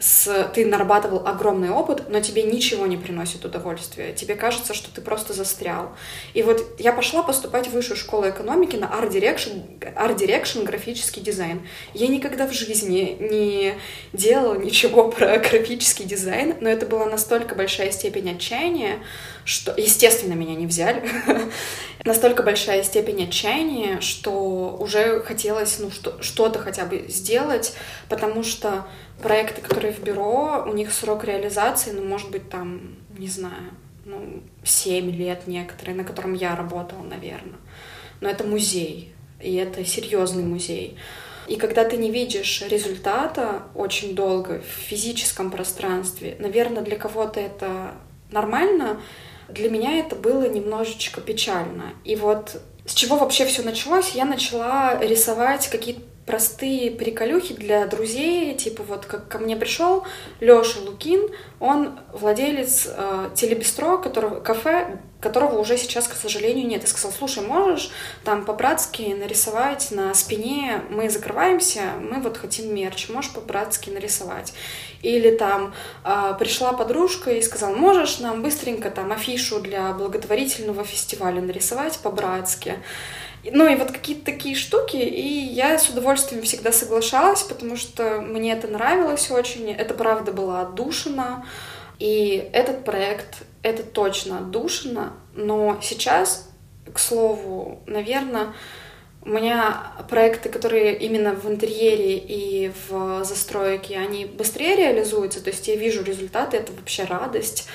B: ты нарабатывал огромный опыт, но тебе ничего не приносит удовольствия. Тебе кажется, что ты просто застрял. И вот я пошла поступать в высшую школу экономики на Art Direction, графический дизайн. Я никогда в жизни не делала ничего про графический дизайн, но это была настолько большая степень отчаяния, что, естественно, меня не взяли, настолько большая степень отчаяния, что уже хотелось, ну, что-то хотя бы сделать, потому что проекты, которые в бюро, у них срок реализации, ну, может быть, там, не знаю, 7 лет некоторые, на котором я работала, наверное. Но это музей, и это серьезный музей. И когда ты не видишь результата очень долго в физическом пространстве, наверное, для кого-то это нормально, для меня это было немножечко печально. И вот с чего вообще все началось? Я начала рисовать простые приколюхи для друзей, типа вот как ко мне пришел Лёша Лукин, он владелец телебистро, кафе, которого уже сейчас, к сожалению, нет. И сказал: слушай, можешь там по-братски нарисовать на спине, мы закрываемся, мы вот хотим мерч, можешь по-братски нарисовать. Или там пришла подружка и сказала: можешь нам быстренько там афишу для благотворительного фестиваля нарисовать по-братски. Ну и вот какие-то такие штуки, и я с удовольствием всегда соглашалась, потому что мне это нравилось очень, это правда было отдушина, и этот проект, это точно отдушина, но сейчас, к слову, наверное, у меня проекты, которые именно в интерьере и в застройке, они быстрее реализуются, то есть я вижу результаты, это вообще радость,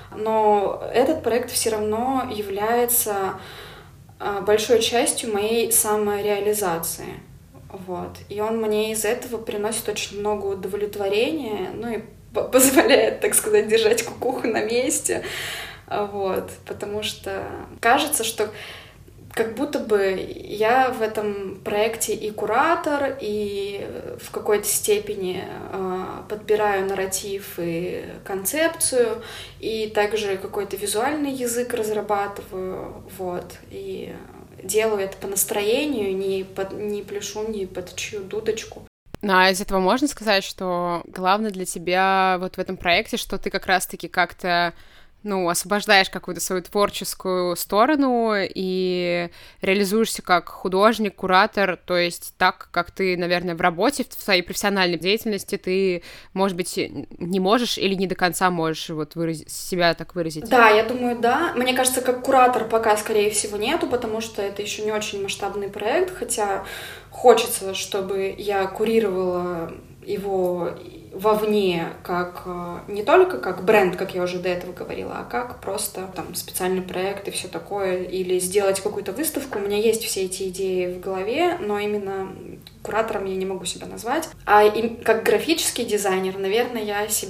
B: но этот проект все равно является большой частью моей самореализации. Вот. И он мне из этого приносит очень много удовлетворения, ну и позволяет, так сказать, держать кукуху на месте. Вот. Потому что кажется, что как будто бы я в этом проекте и куратор, и в какой-то степени подбираю нарратив и концепцию, и также какой-то визуальный язык разрабатываю, вот, и делаю это по настроению, не пляшу ни под чью дудочку.
A: Ну, а из этого можно сказать, что главное для тебя вот в этом проекте, что ты как раз-таки как-то освобождаешь какую-то свою творческую сторону и реализуешься как художник, куратор, то есть так, как ты, наверное, в работе, в своей профессиональной деятельности ты, может быть, не можешь или не до конца можешь вот себя так выразить?
B: Да, я думаю, да. Мне кажется, как куратор пока, скорее всего, нету, потому что это еще не очень масштабный проект, хотя хочется, чтобы я курировала его вовне, как не только как бренд, как я уже до этого говорила, а как просто там специальный проект и все такое, или сделать какую-то выставку. У меня есть все эти идеи в голове, но именно куратором я не могу себя назвать. А как графический дизайнер, наверное,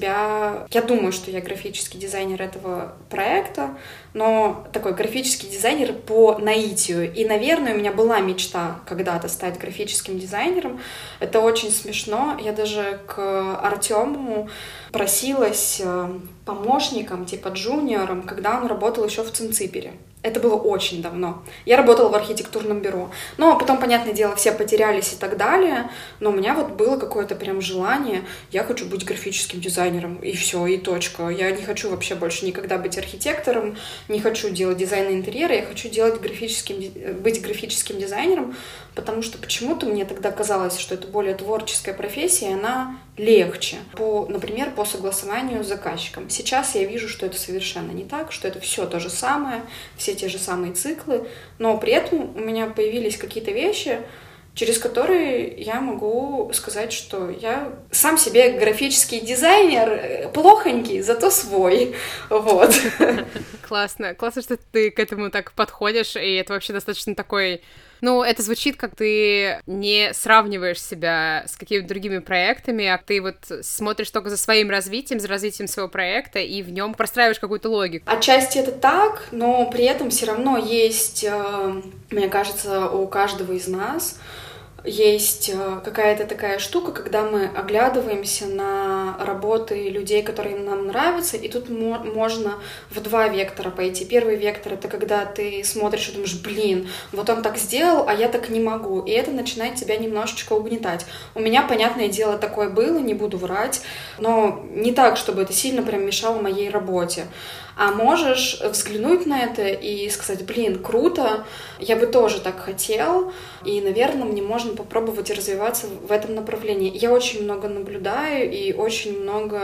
B: я думаю, что я графический дизайнер этого проекта, но такой графический дизайнер по наитию. И, наверное, у меня была мечта когда-то стать графическим дизайнером. Это очень смешно. Я даже к Артему просилась помощником, типа джуниором, когда он работал еще в Цинципере. Это было очень давно. Я работала в архитектурном бюро. Но потом, понятное дело, все потерялись и так далее. Но у меня вот было какое-то прям желание. Я хочу быть графическим дизайнером. И все, и точка. Я не хочу вообще больше никогда быть архитектором. Не хочу делать дизайн интерьера. Я хочу быть графическим дизайнером. Потому что почему-то мне тогда казалось, что это более творческая профессия, и она легче. Например, по согласованию с заказчиком. Сейчас я вижу, что это совершенно не так, что это все то же самое, все те же самые циклы, но при этом у меня появились какие-то вещи, через которые я могу сказать, что я сам себе графический дизайнер, плохонький, зато свой. Вот.
A: Классно. Классно, что ты к этому так подходишь, и это вообще достаточно такой... это звучит, как ты не сравниваешь себя с какими-то другими проектами, а ты вот смотришь только за своим развитием, за развитием своего проекта, и в нем простраиваешь какую-то логику.
B: Отчасти это так, но при этом все равно есть, мне кажется, у каждого из нас есть какая-то такая штука, когда мы оглядываемся на работы людей, которые нам нравятся, и тут можно в два вектора пойти. Первый вектор — это когда ты смотришь и думаешь: блин, вот он так сделал, а я так не могу, и это начинает тебя немножечко угнетать. У меня, понятное дело, такое было, не буду врать, но не так, чтобы это сильно прям мешало моей работе. А можешь взглянуть на это и сказать: блин, круто, я бы тоже так хотел, и, наверное, мне можно попробовать развиваться в этом направлении. Я очень много наблюдаю и очень много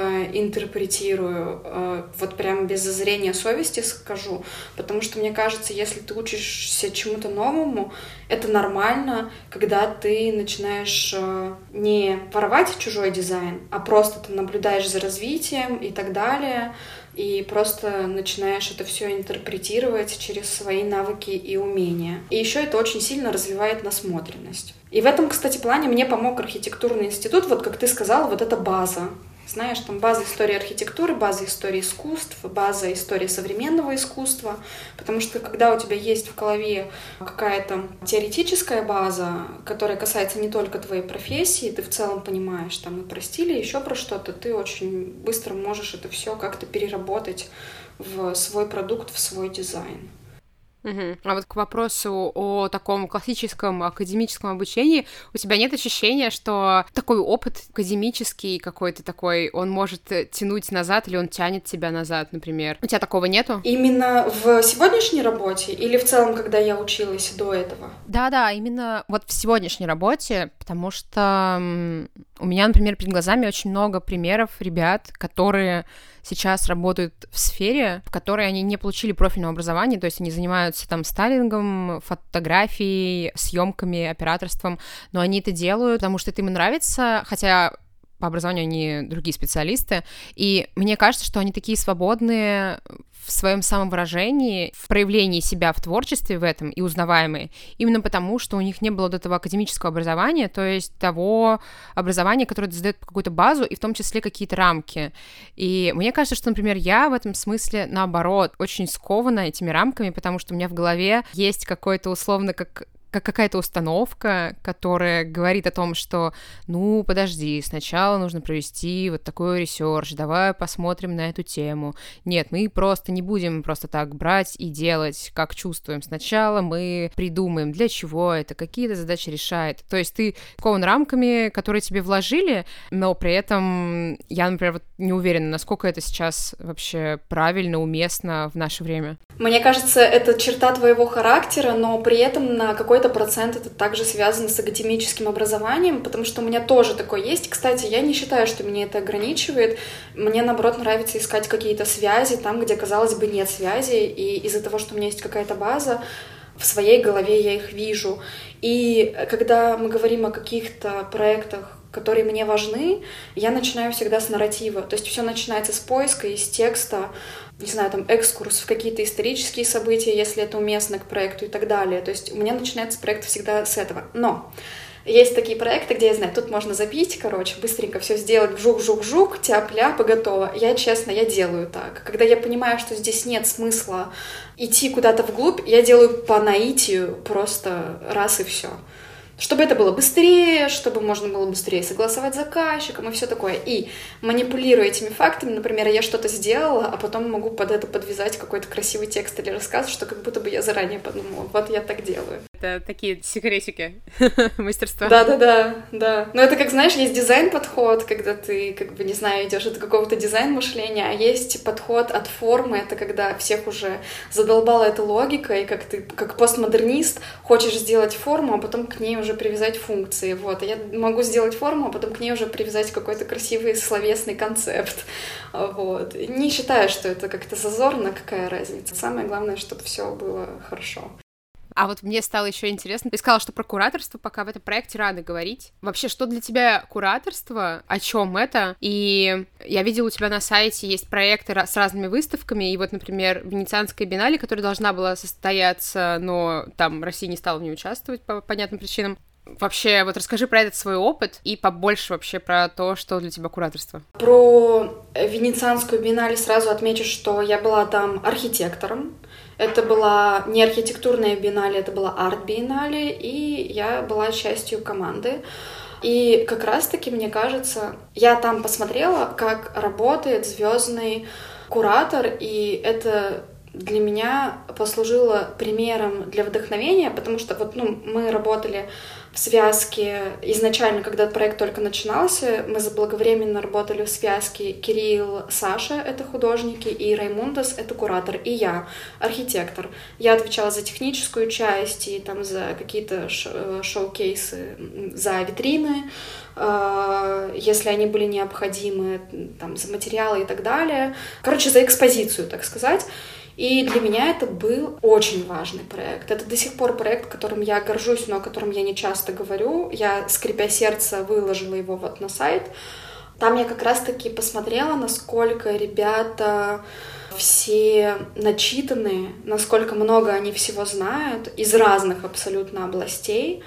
B: интерпретирую, вот прям без зазрения совести скажу, потому что мне кажется, если ты учишься чему-то новому, это нормально, когда ты начинаешь не воровать чужой дизайн, а просто ты наблюдаешь за развитием и так далее, и просто начинаешь это все интерпретировать через свои навыки и умения. И еще это очень сильно развивает насмотренность. И в этом, кстати, плане мне помог архитектурный институт, вот как ты сказала, вот эта база. Знаешь, там база истории архитектуры, база истории искусств, база истории современного искусства, потому что когда у тебя есть в голове какая-то теоретическая база, которая касается не только твоей профессии, ты в целом понимаешь там и про стиль, и еще про что-то, ты очень быстро можешь это все как-то переработать в свой продукт, в свой дизайн.
A: А вот к вопросу о таком классическом академическом обучении, у тебя нет ощущения, что такой опыт академический какой-то такой, он может тянуть назад или он тянет тебя назад, например? У тебя такого нету?
B: Именно в сегодняшней работе или в целом, когда я училась до этого?
A: Да, именно вот в сегодняшней работе, потому что у меня, например, перед глазами очень много примеров ребят, которые сейчас работают в сфере, в которой они не получили профильного образования, то есть они занимаются там стайлингом, фотографией, съемками, операторством, но они это делают, потому что это им нравится, хотя по образованию они другие специалисты, и мне кажется, что они такие свободные в своем самовыражении, в проявлении себя в творчестве в этом и узнаваемые, именно потому, что у них не было до этого академического образования, то есть того образования, которое создает какую-то базу и в том числе какие-то рамки. И мне кажется, что, например, я в этом смысле, наоборот, очень скована этими рамками, потому что у меня в голове есть какой-то условно как какая-то установка, которая говорит о том, что, ну, подожди, сначала нужно провести вот такой ресерч, давай посмотрим на эту тему. Нет, мы просто не будем просто так брать и делать, как чувствуем. Сначала мы придумаем, для чего это, какие-то задачи решает. То есть ты скован рамками, которые тебе вложили, но при этом я, например, вот не уверена, насколько это сейчас вообще правильно, уместно в наше время.
B: Мне кажется, это черта твоего характера, но при этом на какой-то процент это также связано с академическим образованием, потому что у меня тоже такое есть. Кстати, я не считаю, что меня это ограничивает. Мне, наоборот, нравится искать какие-то связи там, где, казалось бы, нет связи, и из-за того, что у меня есть какая-то база, в своей голове я их вижу. И когда мы говорим о каких-то проектах, которые мне важны, я начинаю всегда с нарратива. То есть все начинается с поиска, из текста, не знаю, там, экскурс в какие-то исторические события, если это уместно к проекту и так далее. То есть у меня начинается проект всегда с этого. Но есть такие проекты, где, я знаю, тут можно забить, быстренько все сделать, вжух-вжух-вжух, тяп-ляп и готово. Я, честно, я делаю так. Когда я понимаю, что здесь нет смысла идти куда-то вглубь, я делаю по наитию просто раз и все. Чтобы это было быстрее, чтобы можно было быстрее согласовать с заказчиком и все такое. И манипулируя этими фактами, например, я что-то сделала, а потом могу под это подвязать какой-то красивый текст или рассказ, что как будто бы я заранее подумала, вот я так делаю.
A: Это такие секретики мастерства.
B: Да. Но это как, знаешь, есть дизайн-подход, когда ты, как бы, не знаю, идешь от какого-то дизайн-мышления, а есть подход от формы, это когда всех уже задолбала эта логика, и как ты, как постмодернист, хочешь сделать форму, а потом к ней уже привязать функции, вот. И я могу сделать форму, а потом к ней уже привязать какой-то красивый словесный концепт, вот. Не считаю, что это как-то зазорно, какая разница. Самое главное, чтобы все было хорошо.
A: А вот мне стало еще интересно, ты сказала, что про кураторство пока в этом проекте рано говорить. Вообще, что для тебя кураторство? О чем это? И я видела, у тебя на сайте есть проекты с разными выставками, и вот, например, Венецианская биеннале, которая должна была состояться, но там Россия не стала в ней участвовать по понятным причинам. Вообще, вот расскажи про этот свой опыт и побольше вообще про то, что для тебя кураторство.
B: Про Венецианскую биеннале сразу отмечу, что я была там архитектором. Это была не архитектурная биеннале, это была арт-биеннале, и я была частью команды. И как раз-таки, мне кажется, я там посмотрела, как работает звездный куратор, и это для меня послужило примером для вдохновения, потому что вот, мы работали в связке. Изначально, когда проект только начинался, мы заблаговременно работали в связке Кирилл, Саша — это художники, и Раймундас — это куратор, и я, архитектор. Я отвечала за техническую часть и там за какие-то шоу-кейсы, за витрины, если они были необходимы, там, за материалы и так далее. Короче, за экспозицию, так сказать. И для меня это был очень важный проект. Это до сих пор проект, которым я горжусь, но о котором я не часто говорю. Я, скрипя сердце, выложила его вот на сайт. Там я как раз-таки посмотрела, насколько ребята все начитанные, насколько много они всего знают из разных абсолютно областей.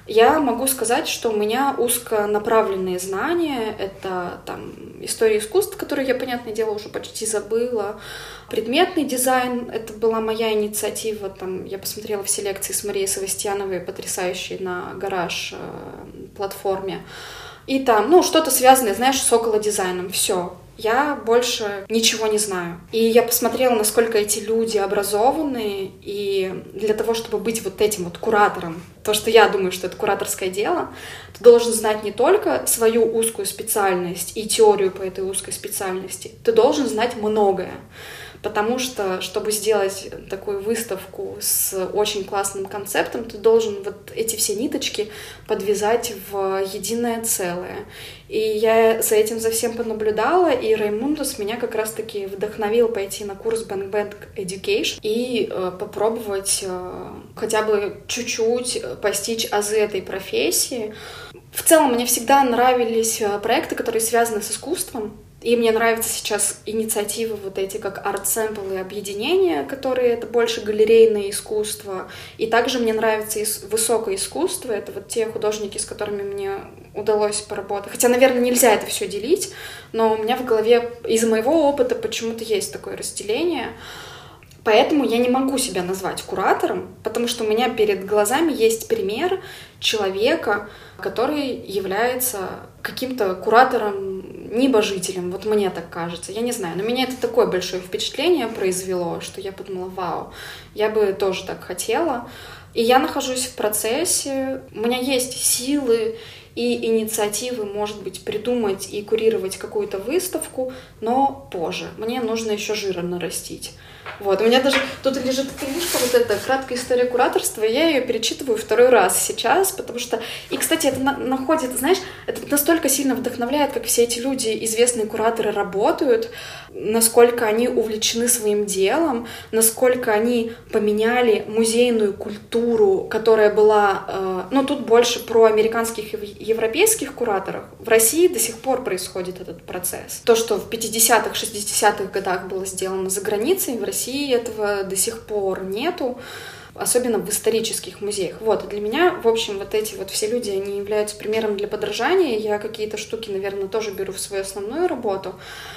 C: Я могу сказать, что у меня узконаправленные знания. Это там история искусств, которую я, понятное дело, уже почти забыла. Предметный дизайн — это была моя инициатива. Там я посмотрела все лекции с Марией Савастьяновой, потрясающей на гараж платформе. И там, что-то связанное, знаешь, с околодизайном. Все. Я больше ничего не знаю. И я посмотрела, насколько эти люди образованные, и для того, чтобы быть вот этим вот куратором, то, что я думаю, что это кураторское дело, ты должен знать не только свою узкую специальность и теорию по этой узкой специальности, ты должен знать многое. Потому что, чтобы сделать такую выставку с очень классным концептом, ты должен вот эти все ниточки подвязать в единое целое. И я за этим за всем понаблюдала, и Раймундус меня как раз-таки вдохновил пойти на курс Bang Bang Education и попробовать хотя бы чуть-чуть постичь азы этой профессии. В целом, мне всегда нравились проекты, которые связаны с искусством. И мне нравятся сейчас инициативы вот эти, как арт-сэмпл и объединения, которые это больше галерейное искусство. И также мне нравится высокое искусство. Это вот те художники, с которыми мне удалось поработать. Хотя, наверное, нельзя это все делить, но у меня в голове из моего опыта почему-то есть такое разделение. Поэтому я не могу себя назвать куратором, потому что у меня перед глазами есть пример человека, который является каким-то куратором, небожителем. Вот мне так кажется. Я не знаю, но меня это такое большое впечатление произвело, что я подумала: вау, я бы тоже так хотела. И я нахожусь в процессе, у меня есть силы и инициативы, может быть, придумать и курировать какую-то выставку, но позже. Мне нужно еще жира нарастить. Вот, у меня даже тут лежит книжка, вот эта «Краткая история кураторства», и я ее перечитываю второй раз сейчас, потому что... И, кстати, это находит, знаешь, это настолько сильно вдохновляет, как все эти люди, известные кураторы, работают, насколько они увлечены своим делом, насколько они поменяли музейную культуру, которая была... тут больше про американских и европейских кураторов. В России до сих пор происходит этот процесс. То, что в 50-х, 60-х годах было сделано за границей, в России этого до сих пор нету, особенно в исторических музеях. Вот, и для меня, в общем, вот эти вот все люди, они являются примером для подражания. Я какие-то штуки, наверное, тоже беру в свою основную работу,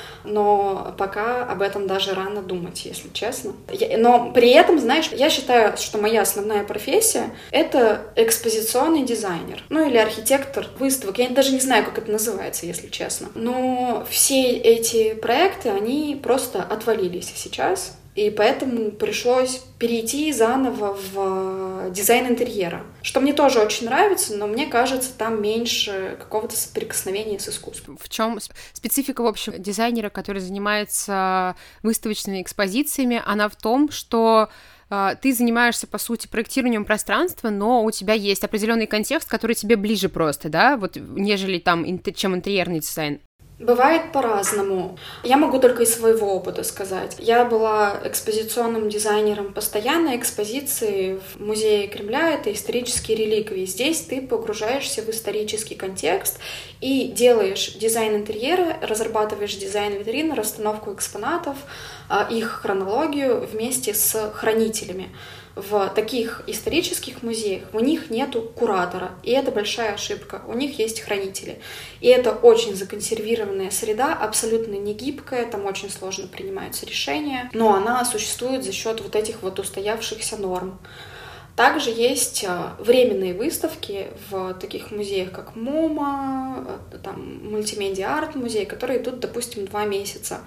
C: но пока об этом даже рано думать, если честно. Но при этом, знаешь, я считаю, что моя основная профессия — это экспозиционный дизайнер, или архитектор выставок. Я даже не знаю, как это называется, если честно. Но все эти проекты, они просто отвалились сейчас. И поэтому пришлось перейти заново в дизайн интерьера, что мне тоже очень нравится, но мне кажется, там меньше какого-то соприкосновения с искусством.
A: В чем специфика, в общем, дизайнера, который занимается выставочными экспозициями? Она в том, что ты занимаешься, по сути, проектированием пространства, но у тебя есть определенный контекст, который тебе ближе просто, да, вот, нежели там, чем интерьерный дизайн.
C: Бывает по-разному. Я могу только из своего опыта сказать. Я была экспозиционным дизайнером постоянной экспозиции в музее Кремля. Это исторические реликвии. Здесь ты погружаешься в исторический контекст и делаешь дизайн интерьера, разрабатываешь дизайн витрин, расстановку экспонатов, их хронологию вместе с хранителями. В таких исторических музеях у них нету куратора, и это большая ошибка. У них есть хранители. И это очень законсервированная среда, абсолютно не гибкая, там очень сложно принимаются решения, но она существует за счет вот этих вот устоявшихся норм. Также есть временные выставки в таких музеях, как МОМА, там, мультимедиа-арт-музей, которые идут, допустим, 2 месяца.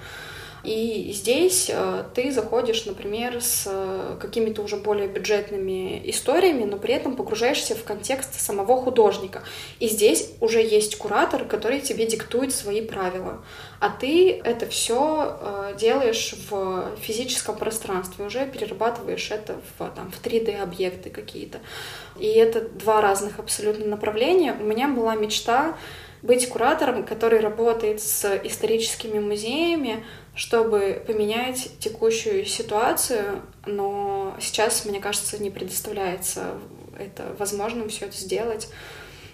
C: И здесь ты заходишь, например, с какими-то уже более бюджетными историями, но при этом погружаешься в контекст самого художника. И здесь уже есть куратор, который тебе диктует свои правила. А ты это все делаешь в физическом пространстве, уже перерабатываешь это в 3D-объекты какие-то. И это 2 разных абсолютно направления. У меня была мечта быть куратором, который работает с историческими музеями, чтобы поменять текущую ситуацию, но сейчас, мне кажется, не предоставляется это возможным все это сделать.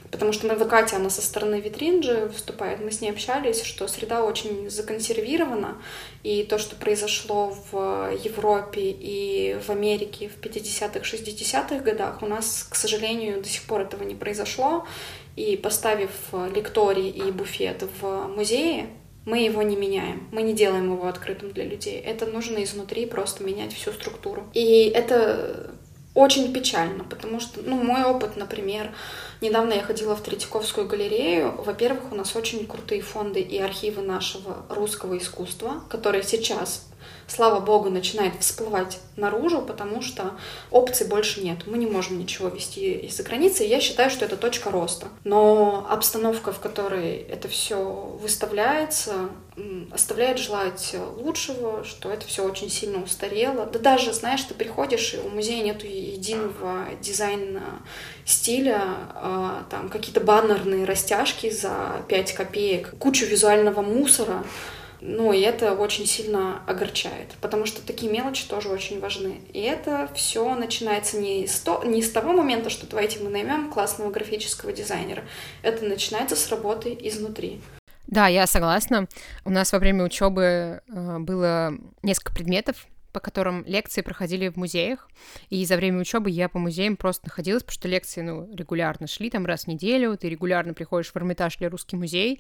C: Потому что Катя, она со стороны витрин же выступает, мы с ней общались, что среда очень законсервирована, и то, что произошло в Европе и в Америке в 50-х, 60-х годах, у нас, к сожалению, до сих пор этого не произошло, и поставив лекторий и буфет в музее, мы его не меняем, мы не делаем его открытым для людей. Это нужно изнутри просто менять всю структуру. И это очень печально, потому что, мой опыт, например, недавно я ходила в Третьяковскую галерею. Во-первых, у нас очень крутые фонды и архивы нашего русского искусства, которые сейчас, слава богу, начинают всплывать наружу, потому что опций больше нет. Мы не можем ничего везти из-за границы, и я считаю, что это точка роста. Но обстановка, в которой это все выставляется, оставляет желать лучшего, что это все очень сильно устарело. Да даже, знаешь, ты приходишь, и у музея нету единого дизайна стиля, там какие-то баннерные растяжки за 5 копеек, кучу визуального мусора. И это очень сильно огорчает, потому что такие мелочи тоже очень важны. И это все начинается не с того момента, что давайте мы наймем классного графического дизайнера. Это начинается с работы изнутри.
A: Да, я согласна. У нас во время учебы было несколько предметов, по которым лекции проходили в музеях, и за время учебы я по музеям просто находилась, потому что лекции, регулярно шли, там раз в неделю, ты регулярно приходишь в Эрмитаж или Русский музей,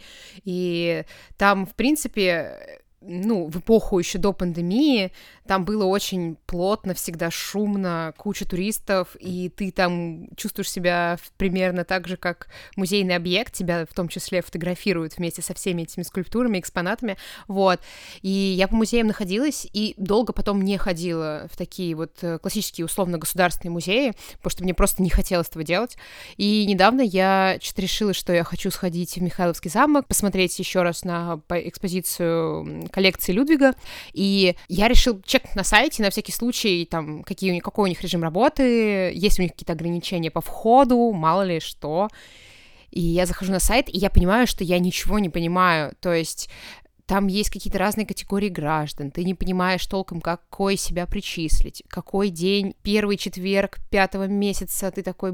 A: и там, в принципе, в эпоху еще до пандемии, там было очень плотно, всегда шумно, куча туристов, и ты там чувствуешь себя примерно так же, как музейный объект, тебя в том числе фотографируют вместе со всеми этими скульптурами, экспонатами, вот. И я по музеям находилась, и долго потом не ходила в такие вот классические условно-государственные музеи, потому что мне просто не хотелось этого делать. И недавно я что-то решила, что я хочу сходить в Михайловский замок, посмотреть еще раз на экспозицию коллекции Людвига, и я решила чекнуть на сайте на всякий случай, там, какой у них режим работы, есть у них какие-то ограничения по входу, мало ли что. И я захожу на сайт, и я понимаю, что я ничего не понимаю, то есть там есть какие-то разные категории граждан, ты не понимаешь толком, какой себя причислить, какой день, первый четверг 5-го месяца, ты такой,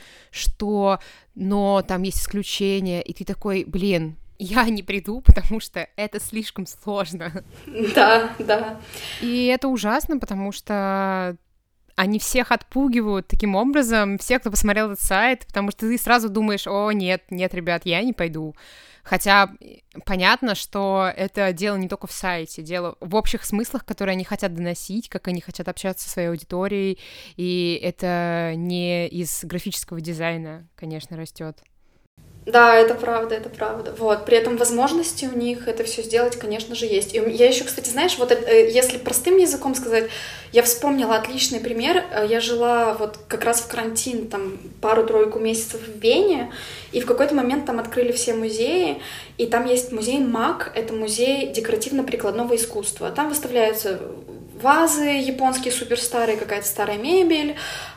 A: что? Но там есть исключения, и ты такой, я не приду, потому что это слишком сложно.
C: Да, да.
A: И это ужасно, потому что они всех отпугивают таким образом, всех, кто посмотрел этот сайт, потому что ты сразу думаешь, нет, ребят, я не пойду. Хотя понятно, что это дело не только в сайте, дело в общих смыслах, которые они хотят доносить, как они хотят общаться со своей аудиторией, и это не из графического дизайна, конечно, растет.
C: Да, это правда, это правда. Вот. При этом возможности у них это все сделать, конечно же, есть. И я еще, кстати, знаешь, если простым языком сказать, я вспомнила отличный пример. Я жила вот как раз в карантин, там, пару-тройку месяцев в Вене, и в какой-то момент там открыли все музеи, и там есть музей МАК, это музей декоративно-прикладного искусства. Там выставляются вазы японские суперстарые, какая-то старая мебель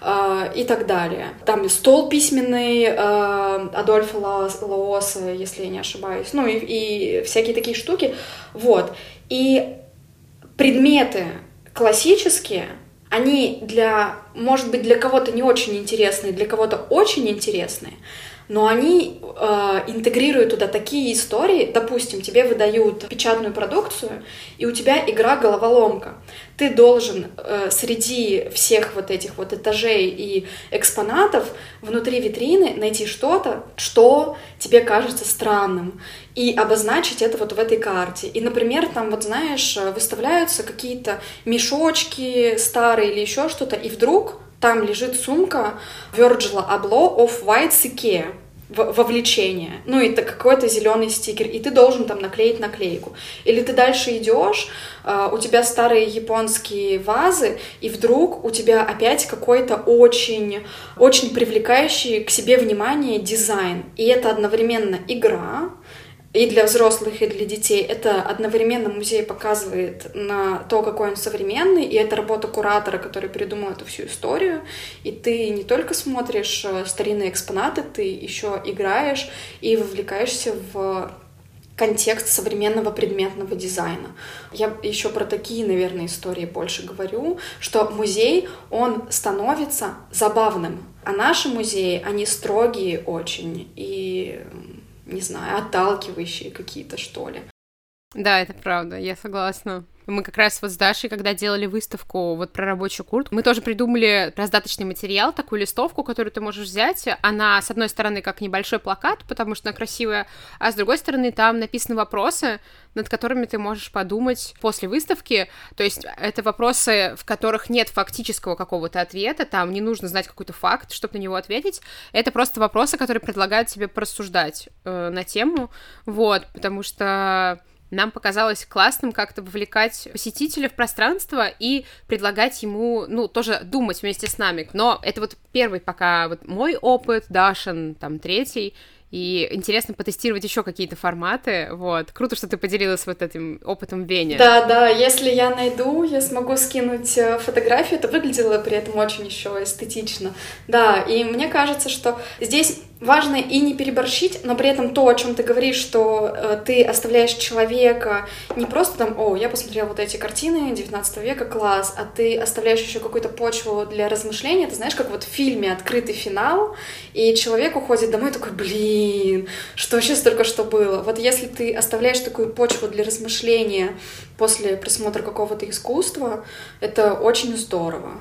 C: и так далее. Там стол письменный Адольфа Лаоса, если я не ошибаюсь, и всякие такие штуки. Вот. И предметы классические, они может быть, для кого-то не очень интересные, для кого-то очень интересные, но они интегрируют туда такие истории. Допустим, тебе выдают печатную продукцию, и у тебя игра «Головоломка». Ты должен среди всех вот этих вот этажей и экспонатов внутри витрины найти что-то, что тебе кажется странным, и обозначить это вот в этой карте. И, например, там, вот знаешь, выставляются какие-то мешочки старые или еще что-то, и вдруг там лежит сумка Virgil Abloh Off-White с IKEA, вовлечение. Это какой-то зеленый стикер, и ты должен там наклеить наклейку. Или ты дальше идешь, у тебя старые японские вазы, и вдруг у тебя опять какой-то очень, очень привлекающий к себе внимание дизайн. И это одновременно игра, и для взрослых, и для детей. Это одновременно музей показывает на то, какой он современный, и это работа куратора, который придумал эту всю историю. И ты не только смотришь старинные экспонаты, ты еще играешь и вовлекаешься в контекст современного предметного дизайна. Я еще про такие, наверное, истории больше говорю, что музей, он становится забавным, а наши музеи, они строгие очень и, не знаю, отталкивающие какие-то, что ли.
A: Да, это правда, я согласна. Мы как раз вот с Дашей, когда делали выставку вот про рабочую куртку, мы тоже придумали раздаточный материал, такую листовку, которую ты можешь взять. Она, с одной стороны, как небольшой плакат, потому что она красивая, а с другой стороны, там написаны вопросы, над которыми ты можешь подумать после выставки. То есть это вопросы, в которых нет фактического какого-то ответа, там не нужно знать какой-то факт, чтобы на него ответить. Это просто вопросы, которые предлагают тебе порассуждать на тему, вот, потому что нам показалось классным как-то вовлекать посетителя в пространство и предлагать ему, ну, тоже думать вместе с нами. Но это вот первый пока вот мой опыт, Дашин, там, третий, и интересно потестировать еще какие-то форматы, вот. Круто, что ты поделилась вот этим опытом в Вене.
C: Да, если я найду, я смогу скинуть фотографию, это выглядело при этом очень еще эстетично. Да, и мне кажется, что здесь важно и не переборщить, но при этом то, о чем ты говоришь, что ты оставляешь человека не просто там, о, я посмотрела вот эти картины 19 века, класс, а ты оставляешь еще какую-то почву для размышления. Ты знаешь, как вот в фильме «Открытый финал», и человек уходит домой такой, блин, что сейчас только что было. Вот если ты оставляешь такую почву для размышления после просмотра какого-то искусства, это очень здорово.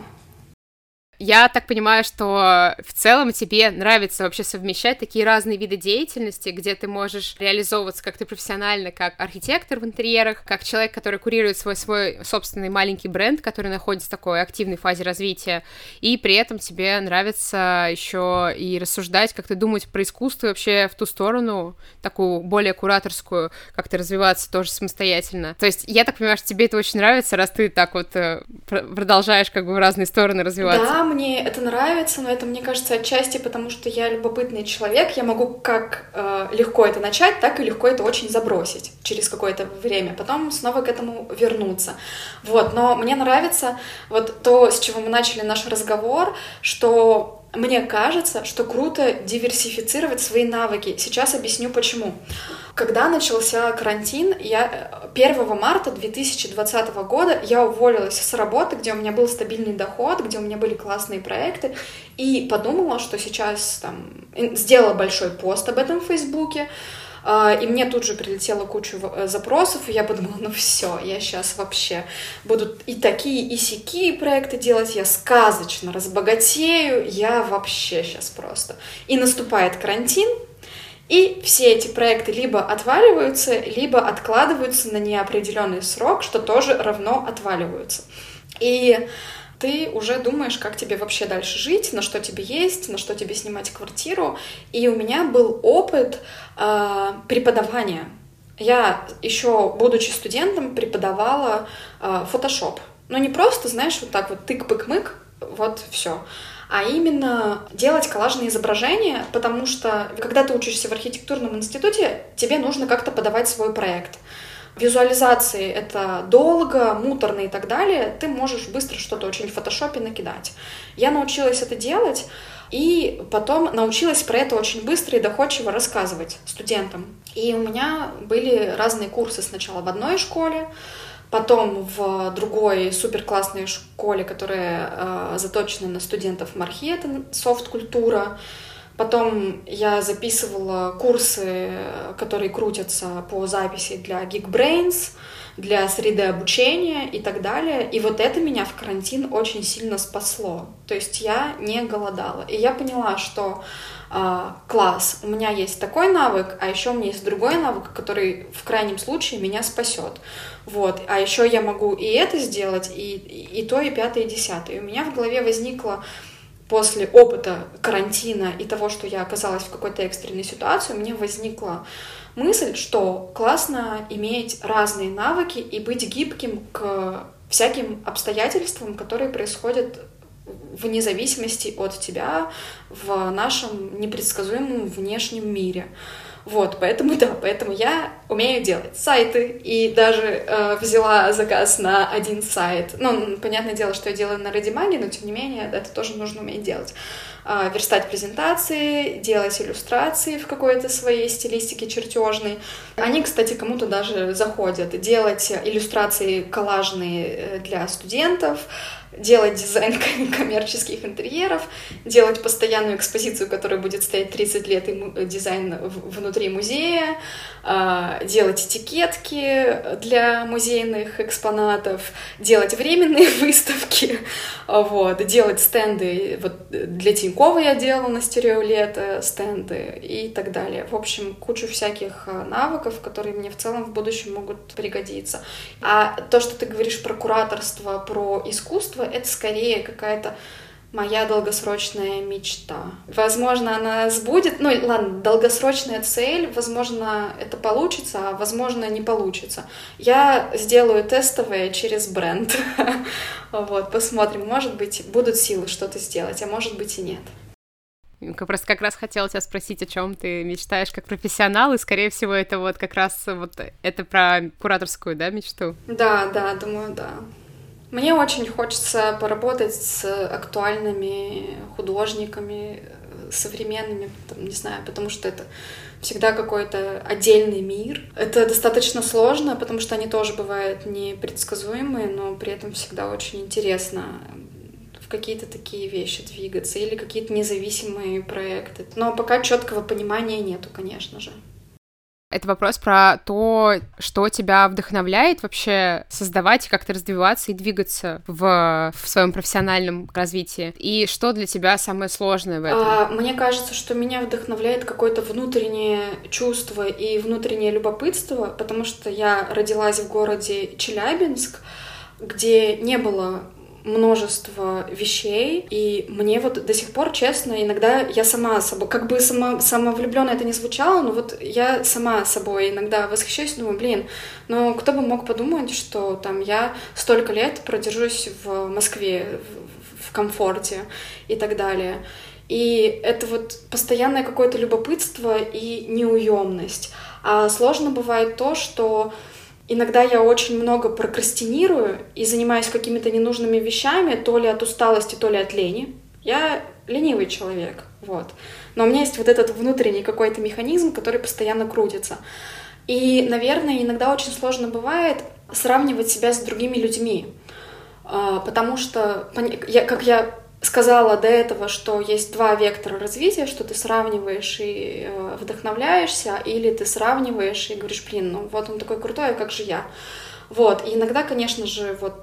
A: Я так понимаю, что в целом тебе нравится вообще совмещать такие разные виды деятельности, где ты можешь реализовываться как ты профессионально, как архитектор в интерьерах, как человек, который курирует свой собственный маленький бренд, который находится в такой активной фазе развития, и при этом тебе нравится еще и рассуждать, как-то думать про искусство вообще в ту сторону, такую более кураторскую, как-то развиваться тоже самостоятельно. То есть я так понимаю, что тебе это очень нравится, раз ты так вот продолжаешь как бы в разные стороны развиваться.
C: Да, мне это нравится, но это, мне кажется, отчасти потому, что я любопытный человек, я могу как легко это начать, так и легко это очень забросить через какое-то время, потом снова к этому вернуться. Вот, но мне нравится вот то, с чего мы начали наш разговор, что мне кажется, что круто диверсифицировать свои навыки. Сейчас объясню почему. Когда начался карантин, 1 марта 2020 года я уволилась с работы, где у меня был стабильный доход, где у меня были классные проекты, и подумала, что сейчас там сделала большой пост об этом в Фейсбуке, и мне тут же прилетела куча запросов, и я подумала, ну все, я сейчас вообще буду и такие, и сякие проекты делать, я сказочно разбогатею, я вообще сейчас просто. И наступает карантин, и все эти проекты либо отваливаются, либо откладываются на неопределенный срок, что тоже равно отваливаются. И ты уже думаешь, как тебе вообще дальше жить, на что тебе есть, на что тебе снимать квартиру. И у меня был опыт преподавания. Я еще, будучи студентом, преподавала Photoshop. Но не просто, знаешь, вот так вот тык-пык-мык, вот все. А именно делать коллажные изображения, потому что, когда ты учишься в архитектурном институте, тебе нужно как-то подавать свой проект. Визуализации — это долго, муторно и так далее, ты можешь быстро что-то очень в фотошопе накидать. Я научилась это делать, и потом научилась про это очень быстро и доходчиво рассказывать студентам. И у меня были разные курсы сначала в одной школе, потом в другой суперклассной школе, которая заточена на студентов МАРХИ, это софт-культура. Потом я записывала курсы, которые крутятся по записи для Geekbrains, для среды обучения и так далее. И вот это меня в карантин очень сильно спасло. То есть я не голодала. И я поняла, что класс, у меня есть такой навык, а еще у меня есть другой навык, который в крайнем случае меня спасет. Вот. А еще я могу и это сделать, и то, и пятое, и десятое. И у меня в голове возникло после опыта карантина и того, что я оказалась в какой-то экстренной ситуации, мне возникла мысль, что классно иметь разные навыки и быть гибким к всяким обстоятельствам, которые происходят вне зависимости от тебя в нашем непредсказуемом внешнем мире. Вот, поэтому я умею делать сайты, и даже взяла заказ на один сайт. Ну, понятное дело, что я делаю на Readymag, но тем не менее это тоже нужно уметь делать. Верстать презентации, делать иллюстрации в какой-то своей стилистике чертежной. Они, кстати, кому-то даже заходят. Делать иллюстрации коллажные для студентов, делать дизайн коммерческих интерьеров, делать постоянную экспозицию, которая будет стоять 30 лет, и дизайн внутри музея, делать этикетки для музейных экспонатов, делать временные выставки, вот, делать стенды. Вот для Тинькова я делала на Стереолето стенды и так далее. В общем, кучу всяких навыков, которые мне в целом в будущем могут пригодиться. А то, что ты говоришь про кураторство, про искусство, это скорее какая-то моя долгосрочная мечта. Возможно, она сбудет. Ну, ладно, долгосрочная цель, возможно, это получится, а возможно, не получится. Я сделаю тестовое через бренд. Вот, посмотрим. Может быть, будут силы что-то сделать, а может быть и нет.
A: Просто как раз хотела тебя спросить, о чем ты мечтаешь как профессионал, и, скорее всего, это вот как раз вот это про кураторскую, да, мечту?
C: Да, думаю, да. Мне очень хочется поработать с актуальными художниками, современными, там, не знаю, потому что это всегда какой-то отдельный мир. Это достаточно сложно, потому что они тоже бывают непредсказуемые, но при этом всегда очень интересно в какие-то такие вещи двигаться или какие-то независимые проекты. Но пока четкого понимания нету, конечно же.
A: Это вопрос про то, что тебя вдохновляет вообще создавать и как-то развиваться и двигаться в своем профессиональном развитии. И что для тебя самое сложное в этом?
C: Мне кажется, что меня вдохновляет какое-то внутреннее чувство и внутреннее любопытство, потому что я родилась в городе Челябинск, где не было множество вещей, и мне вот до сих пор, честно, иногда я сама собой, как бы самовлюбленно это не звучало, но вот я сама собой иногда восхищаюсь, думаю, ну кто бы мог подумать, что там я столько лет продержусь в Москве в комфорте и так далее. И это вот постоянное какое-то любопытство и неуемность. А сложно бывает то, что иногда я очень много прокрастинирую и занимаюсь какими-то ненужными вещами, то ли от усталости, то ли от лени. Я ленивый человек, вот. Но у меня есть вот этот внутренний какой-то механизм, который постоянно крутится. И, наверное, иногда очень сложно бывает сравнивать себя с другими людьми, потому что, как я сказала до этого, что есть два вектора развития, что ты сравниваешь и вдохновляешься, или ты сравниваешь и говоришь, ну вот он такой крутой, а как же я? Вот, и иногда, конечно же, вот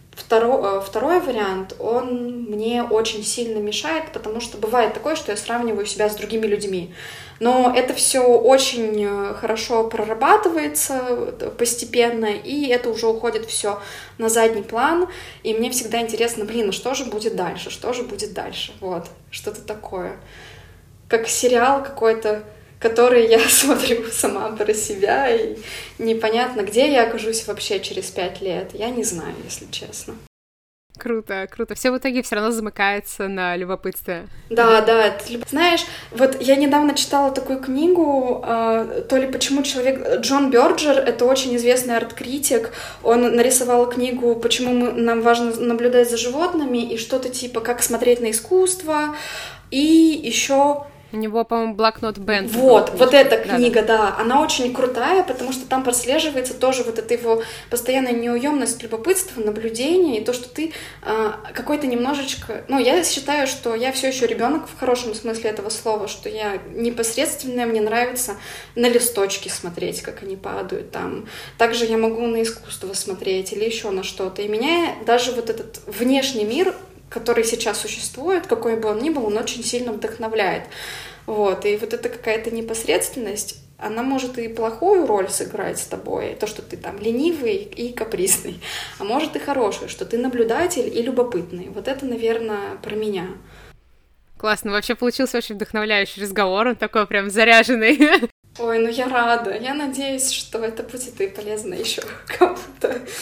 C: второй вариант, он мне очень сильно мешает, потому что бывает такое, что я сравниваю себя с другими людьми. Но это все очень хорошо прорабатывается постепенно, и это уже уходит все на задний план. И мне всегда интересно, а что же будет дальше? Что же будет дальше? Вот, что-то такое. Как сериал какой-то, который я смотрю сама про себя, и непонятно, где я окажусь вообще через 5 лет. Я не знаю, если честно.
A: Круто, круто. Все в итоге все равно замыкается на любопытстве.
C: Да. Знаешь, вот я недавно читала такую книгу, то ли «Почему человек...» Джон Бёрджер, это очень известный арт-критик, он нарисовал книгу «Почему нам важно наблюдать за животными» и что-то типа «Как смотреть на искусство», и еще...
A: У него, по-моему, блокнот Бент.
C: Вот эта книга, да, она очень крутая, потому что там прослеживается тоже вот эта его постоянная неуемность, любопытство, наблюдение, и то, что ты какой-то немножечко... Ну, я считаю, что я все еще ребенок в хорошем смысле этого слова, что я непосредственная, мне нравится на листочки смотреть, как они падают там. Также я могу на искусство смотреть или еще на что-то. И меня даже вот этот внешний мир, который сейчас существует, какой бы он ни был, он очень сильно вдохновляет. Вот. И вот эта какая-то непосредственность, она может и плохую роль сыграть с тобой, то, что ты там ленивый и капризный, а может и хорошую, что ты наблюдатель и любопытный. Вот это, наверное, про меня.
A: Классно. Вообще получился очень вдохновляющий разговор, он такой прям заряженный.
C: Ой, ну я рада. Я надеюсь, что это будет и полезно еще кому-то.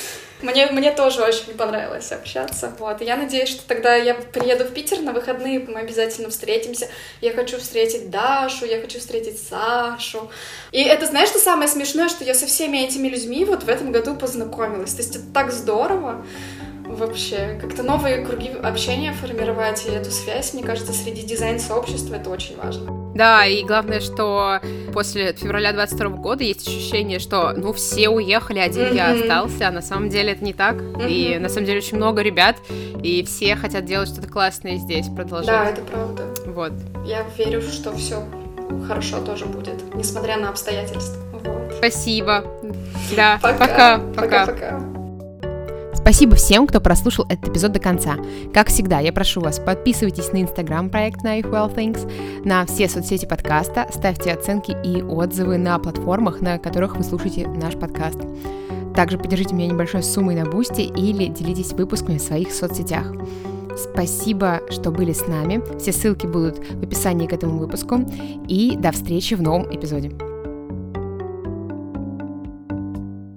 C: Мне тоже очень понравилось общаться. Вот. И я надеюсь, что тогда я приеду в Питер на выходные, мы обязательно встретимся. Я хочу встретить Дашу, я хочу встретить Сашу. И это, знаешь, что самое смешное, что я со всеми этими людьми вот в этом году познакомилась. То есть это так здорово. Вообще, как-то новые круги общения формировать, и эту связь, мне кажется, среди дизайн-сообщества это очень важно.
A: Да, и главное, что после февраля 22 года есть ощущение, что, все уехали, один я остался, а на самом деле это не так, и на самом деле очень много ребят, и все хотят делать что-то классное здесь, продолжать.
C: Да, это правда.
A: Вот.
C: Я верю, что все хорошо тоже будет, несмотря на обстоятельства. Вот.
A: Спасибо. Да,
C: пока.
A: Спасибо всем, кто прослушал этот эпизод до конца. Как всегда, я прошу вас, подписывайтесь на инстаграм-проект Now Well Things, на все соцсети подкаста, ставьте оценки и отзывы на платформах, на которых вы слушаете наш подкаст. Также поддержите меня небольшой суммой на Бусти или делитесь выпусками в своих соцсетях. Спасибо, что были с нами. Все ссылки будут в описании к этому выпуску. И до встречи в новом эпизоде.